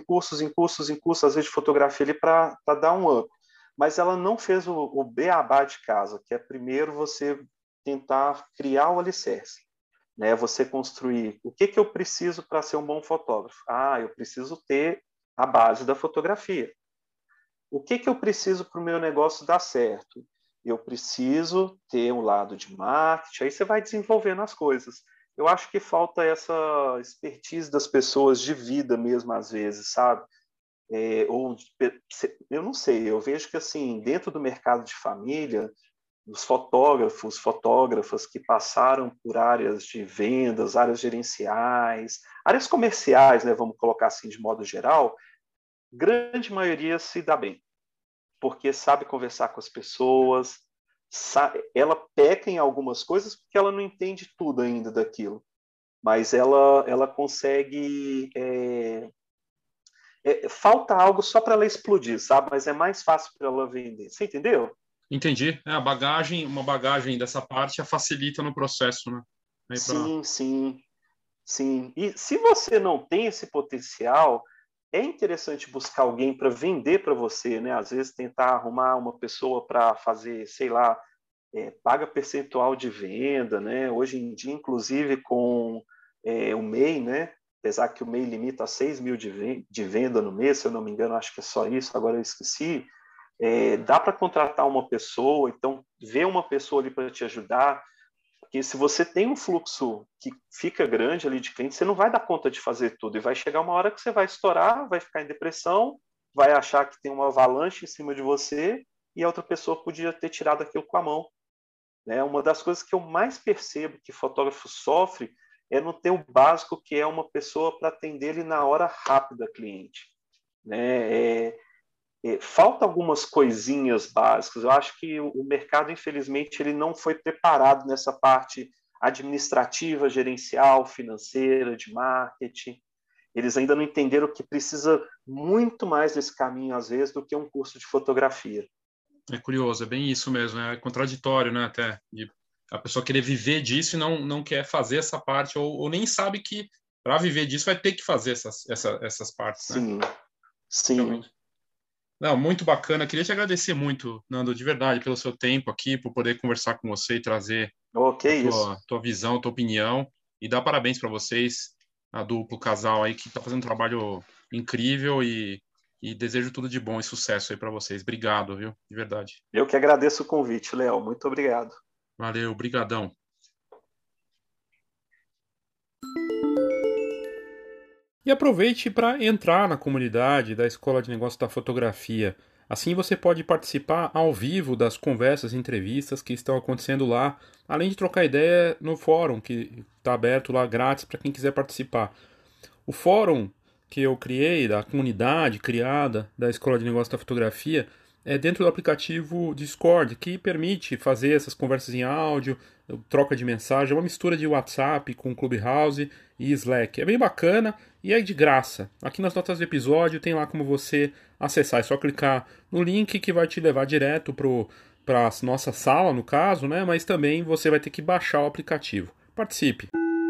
às vezes de fotografia ali para dar um up. Mas ela não fez o beabá de casa, que é primeiro você tentar criar o alicerce, né? Você construir o que eu preciso para ser um bom fotógrafo. Ah, eu preciso ter a base da fotografia. O que eu preciso para o meu negócio dar certo? Eu preciso ter um lado de marketing, aí você vai desenvolvendo as coisas. Eu acho que falta essa expertise das pessoas de vida mesmo, às vezes, sabe? Eu não sei, eu vejo que, assim, dentro do mercado de família, os fotógrafos, fotógrafas que passaram por áreas de vendas, áreas gerenciais, áreas comerciais, né, vamos colocar assim de modo geral, grande maioria se dá bem, porque sabe conversar com as pessoas, ela peca em algumas coisas porque ela não entende tudo ainda daquilo, mas ela consegue. Falta algo só para ela explodir, sabe? Mas é mais fácil para ela vender. Você entendeu? Entendi. Uma bagagem dessa parte a facilita no processo, né? Aí pra... Sim, sim, sim. E se você não tem esse potencial, é interessante buscar alguém para vender para você, né? Às vezes tentar arrumar uma pessoa para fazer, sei lá, paga percentual de venda, né? Hoje em dia, inclusive com o MEI, né? Apesar que o MEI limita a 6 mil de venda no mês, se eu não me engano, acho que é só isso, agora eu esqueci. Dá para contratar uma pessoa, então ver uma pessoa ali para te ajudar, porque se você tem um fluxo que fica grande ali de clientes, você não vai dar conta de fazer tudo. E vai chegar uma hora que você vai estourar, vai ficar em depressão, vai achar que tem uma avalanche em cima de você e a outra pessoa podia ter tirado aquilo com a mão. Né? Uma das coisas que eu mais percebo que fotógrafo sofre é não ter o básico, que é uma pessoa para atender ele na hora rápida, cliente. Né? Falta algumas coisinhas básicas. Eu acho que o mercado, infelizmente, ele não foi preparado nessa parte administrativa, gerencial, financeira, de marketing. Eles ainda não entenderam que precisa muito mais desse caminho, às vezes, do que um curso de fotografia. É curioso, é bem isso mesmo, é contraditório, né, até, de a pessoa querer viver disso e não quer fazer essa parte, ou nem sabe que para viver disso vai ter que fazer essas partes, né? Sim, sim. Realmente. Não, muito bacana. Queria te agradecer muito, Nando, de verdade, pelo seu tempo aqui, por poder conversar com você e trazer Ok, a isso. tua visão, a tua opinião, e dar parabéns para vocês, a duplo casal aí, que está fazendo um trabalho incrível e desejo tudo de bom e sucesso aí para vocês. Obrigado, viu? De verdade. Eu que agradeço o convite, Léo. Muito obrigado. Valeu, brigadão. E aproveite para entrar na comunidade da Escola de Negócios da Fotografia. Assim você pode participar ao vivo das conversas e entrevistas que estão acontecendo lá, além de trocar ideia no fórum, que está aberto lá grátis para quem quiser participar. O fórum que eu criei, da comunidade criada da Escola de Negócios da Fotografia, é dentro do aplicativo Discord, que permite fazer essas conversas em áudio, troca de mensagem, é uma mistura de WhatsApp com Clubhouse e Slack. É bem bacana e é de graça. Aqui nas notas do episódio tem lá como você acessar, é só clicar no link que vai te levar direto para a nossa sala, no caso, né? Mas também você vai ter que baixar o aplicativo. Participe!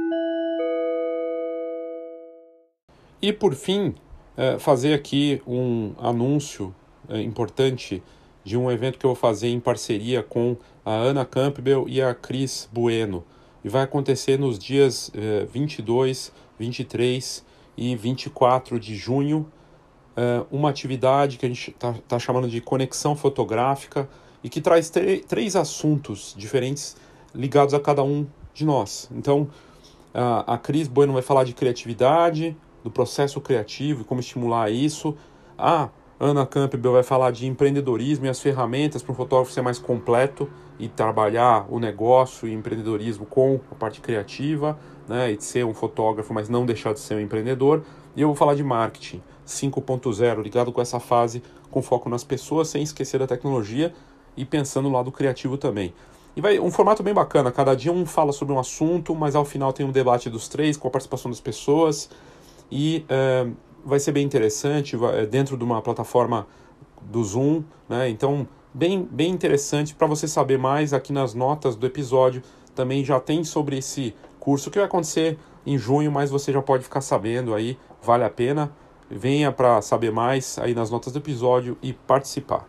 E por fim, fazer aqui um anúncio importante de um evento que eu vou fazer em parceria com a Ana Campbell e a Cris Bueno. E vai acontecer nos dias 22, 23 e 24 de junho, uma atividade que a gente está chamando de Conexão Fotográfica e que traz três assuntos diferentes ligados a cada um de nós. Então, a Cris Bueno vai falar de criatividade, do processo criativo e como estimular isso. A Ana Campbell vai falar de empreendedorismo e as ferramentas para um fotógrafo ser mais completo e trabalhar o negócio e empreendedorismo com a parte criativa, né, e de ser um fotógrafo, mas não deixar de ser um empreendedor. E eu vou falar de marketing 5.0, ligado com essa fase, com foco nas pessoas, sem esquecer da tecnologia e pensando no lado criativo também. E vai um formato bem bacana, cada dia um fala sobre um assunto, mas ao final tem um debate dos três, com a participação das pessoas, e vai ser bem interessante, dentro de uma plataforma do Zoom, né? Então, bem interessante. Para você saber mais, aqui nas notas do episódio também já tem sobre esse curso que vai acontecer em junho, mas você já pode ficar sabendo aí, vale a pena. Venha para saber mais aí nas notas do episódio e participar.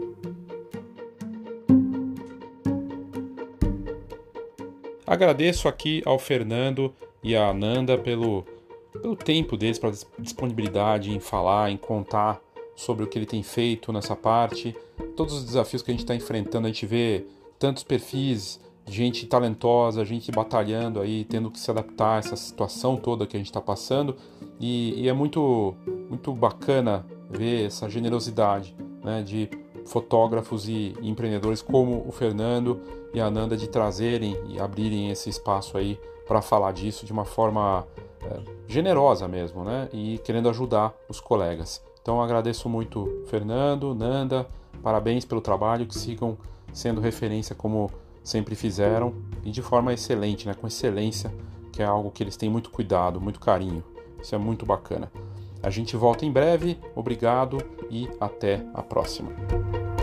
Agradeço aqui ao Fernando e à Nanda pelo tempo deles, pela disponibilidade em falar, em contar sobre o que ele tem feito nessa parte, todos os desafios que a gente está enfrentando. A gente vê tantos perfis de gente talentosa, gente batalhando aí, tendo que se adaptar a essa situação toda que a gente está passando, e é muito bacana ver essa generosidade, né, de fotógrafos e empreendedores como o Fernando e a Nanda, de trazerem e abrirem esse espaço aí para falar disso de uma forma generosa mesmo, né? E querendo ajudar os colegas. Então eu agradeço muito Fernando, Nanda, parabéns pelo trabalho, que sigam sendo referência como sempre fizeram e de forma excelente, né? Com excelência, que é algo que eles têm muito cuidado, muito carinho. Isso é muito bacana. A gente volta em breve, obrigado e até a próxima.